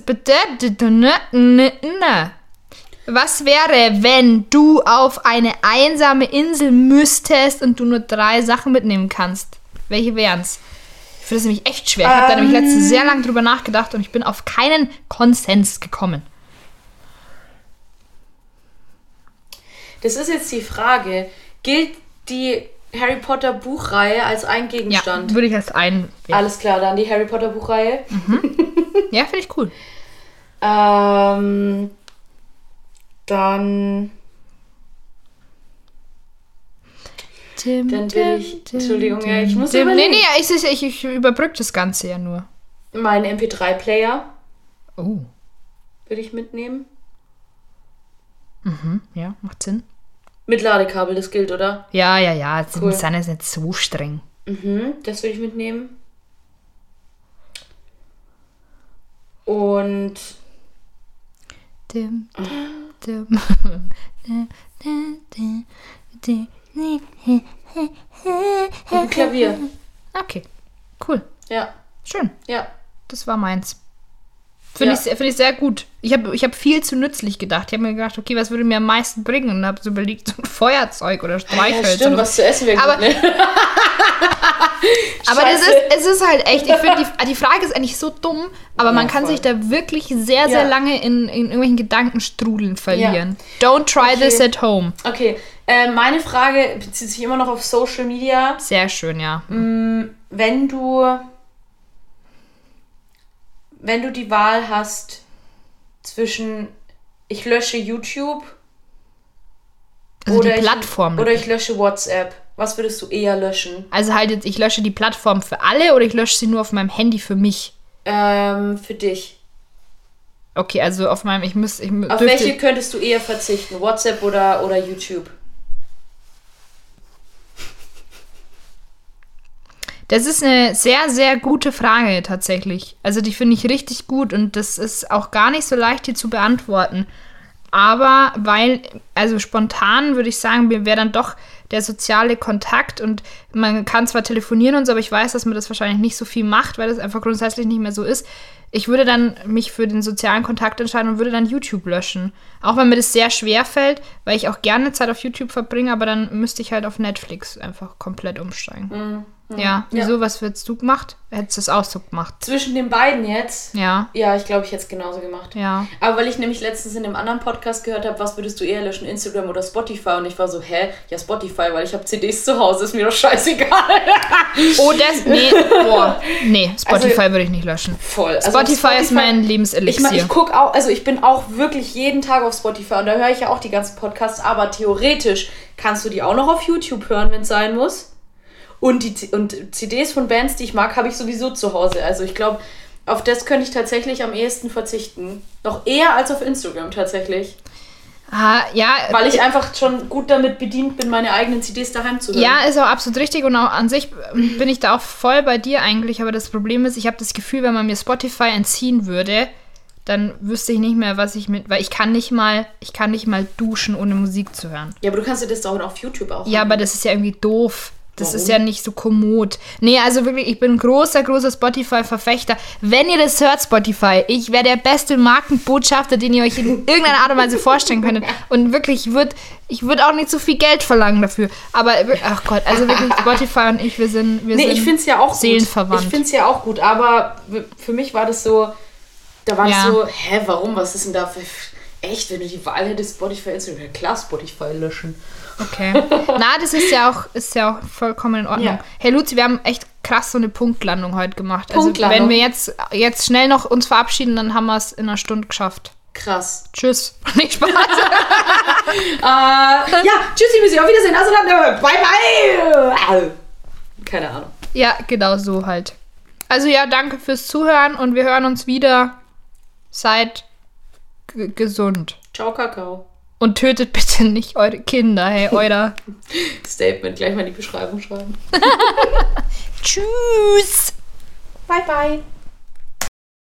Was wäre, wenn du auf eine einsame Insel müsstest und du nur drei Sachen mitnehmen kannst? Welche wären's? Ich finde das nämlich echt schwer. Ich habe da nämlich letztens sehr lange drüber nachgedacht und ich bin auf keinen Konsens gekommen. Das ist jetzt die Frage. Gilt die Harry Potter Buchreihe als ein Ja, Gegenstand? würde ich als einen... Ja, Alles klar, dann die Harry Potter Buchreihe. ja finde ich cool. Ähm, dann Dim, Dann will ich, dim, Entschuldigung, dim, ja, ich muss dim. überlegen. Nee, nee, ich, ich, ich überbrücke das Ganze ja nur. Mein M P drei Player Oh. würde ich mitnehmen. Mhm, ja, macht Sinn. Mit Ladekabel, das gilt, oder? Ja, ja, ja, die Cool. sind jetzt nicht so streng. Mhm, das würde ich mitnehmen. Und Dim, dim, dim. ein Klavier. Okay, cool. Ja, Schön. ja. Das war meins. Finde Ja. ich, find ich sehr gut. Ich habe ich hab viel zu nützlich gedacht. Ich habe mir gedacht, okay, was würde mir am meisten bringen? Und habe so überlegt, so ein Feuerzeug oder Ja, Streichhölzer. stimmt, oder was zu essen wäre Aber- gut, ne? Aber das Scheiße. ist, es ist halt echt, ich finde, die, die Frage ist eigentlich so dumm, aber Ja, man kann voll. sich da wirklich sehr, sehr Ja. lange in, in irgendwelchen Gedankenstrudeln verlieren. Don't try Okay. this at home. Okay, äh, meine Frage bezieht sich immer noch auf Social Media. Sehr schön, ja. Wenn du, wenn du die Wahl hast zwischen ich lösche YouTube Also oder, die Plattform. ich, oder ich lösche WhatsApp, was würdest du eher löschen? Also halt jetzt, ich lösche die Plattform für alle oder ich lösche sie nur auf meinem Handy für mich? Ähm, für dich. Okay, also auf meinem, ich muss, ich mü- Auf dürfte, welche könntest du eher verzichten? WhatsApp oder, oder YouTube? Das ist eine sehr, sehr gute Frage tatsächlich. Also die finde ich richtig gut und das ist auch gar nicht so leicht hier zu beantworten. Aber weil, also spontan würde ich sagen, mir wäre dann doch der soziale Kontakt und man kann zwar telefonieren und so, aber ich weiß, dass man das wahrscheinlich nicht so viel macht, weil das einfach grundsätzlich nicht mehr so ist. Ich würde dann mich für den sozialen Kontakt entscheiden und würde dann YouTube löschen. Auch wenn mir das sehr schwer fällt, weil ich auch gerne Zeit auf YouTube verbringe, aber dann müsste ich halt auf Netflix einfach komplett umsteigen. Mhm. Ja, wieso, was hättest du gemacht? Hättest du es auch so gemacht? Zwischen den beiden jetzt? Ja, Ja, ich glaube, ich hätte es genauso gemacht. ja. Aber weil ich nämlich letztens in einem anderen Podcast gehört habe, was würdest du eher löschen, Instagram oder Spotify? Und ich war so, hä? Ja, Spotify, weil ich habe C Ds zu Hause, ist mir doch scheißegal. Oh, das, nee, boah, nee, Spotify Also- würde ich nicht löschen. Voll. Also Spotify, ist mein Ich Lebenselixier. meine, ich gucke auch, also ich bin auch wirklich jeden Tag auf Spotify und da höre ich ja auch die ganzen Podcasts, aber theoretisch kannst du die auch noch auf YouTube hören, wenn es sein muss. Und die C- und C Ds von Bands, die ich mag, habe ich sowieso zu Hause. Also ich glaube, auf das könnte ich tatsächlich am ehesten verzichten. Noch eher als auf Instagram tatsächlich. ah, ja, Weil ich einfach schon gut damit bedient bin, meine eigenen C Ds daheim zu hören. ja, ist auch absolut richtig und auch an sich bin ich da auch voll bei dir eigentlich, aber das Problem ist, ich habe das Gefühl, wenn man mir Spotify entziehen würde, dann wüsste ich nicht mehr, was ich mit, weil ich kann nicht mal, ich kann nicht mal duschen, ohne Musik zu hören. Ja, aber du kannst dir das doch auf YouTube auch Ja, hören. aber das ist ja irgendwie doof. Das Warum? ist ja nicht so kommod. Nee, also wirklich, ich bin ein großer, großer Spotify-Verfechter. Wenn ihr das hört, Spotify, ich wäre der beste Markenbotschafter, den ihr euch in irgendeiner Art und Weise vorstellen könntet. Und wirklich, ich würde ich würd auch nicht so viel Geld verlangen dafür. Aber, ach Gott, also wirklich, Spotify und ich, wir sind, wir Nee, sind ich finde es ja auch seelenverwandt. gut. Ich finde es ja auch gut, aber w- für mich war das so, da war Ja. es so, hä, warum, was ist denn da für, echt, wenn du die Wahl hättest, Spotify, Instagram, klar, Spotify löschen. Okay. Na, das ist ja auch, ist ja auch vollkommen in Ordnung. Ja. Hey Luzi, wir haben echt krass so eine Punktlandung heute gemacht. Punktlandung. Also wenn wir jetzt, jetzt schnell noch uns verabschieden, dann haben wir es in einer Stunde geschafft. Krass. Tschüss. Nicht Spaß. Äh, ja, tschüssi, Müssi, auf Wiedersehen, also dann, äh, bye, bye. Au. Keine Ahnung. Ja, genau so halt. Also ja, danke fürs Zuhören und wir hören uns wieder. Seid g- gesund. Ciao, Kakao. Und tötet bitte nicht eure Kinder, hey, euer. Statement, gleich mal in die Beschreibung schreiben. Tschüss. Bye, bye.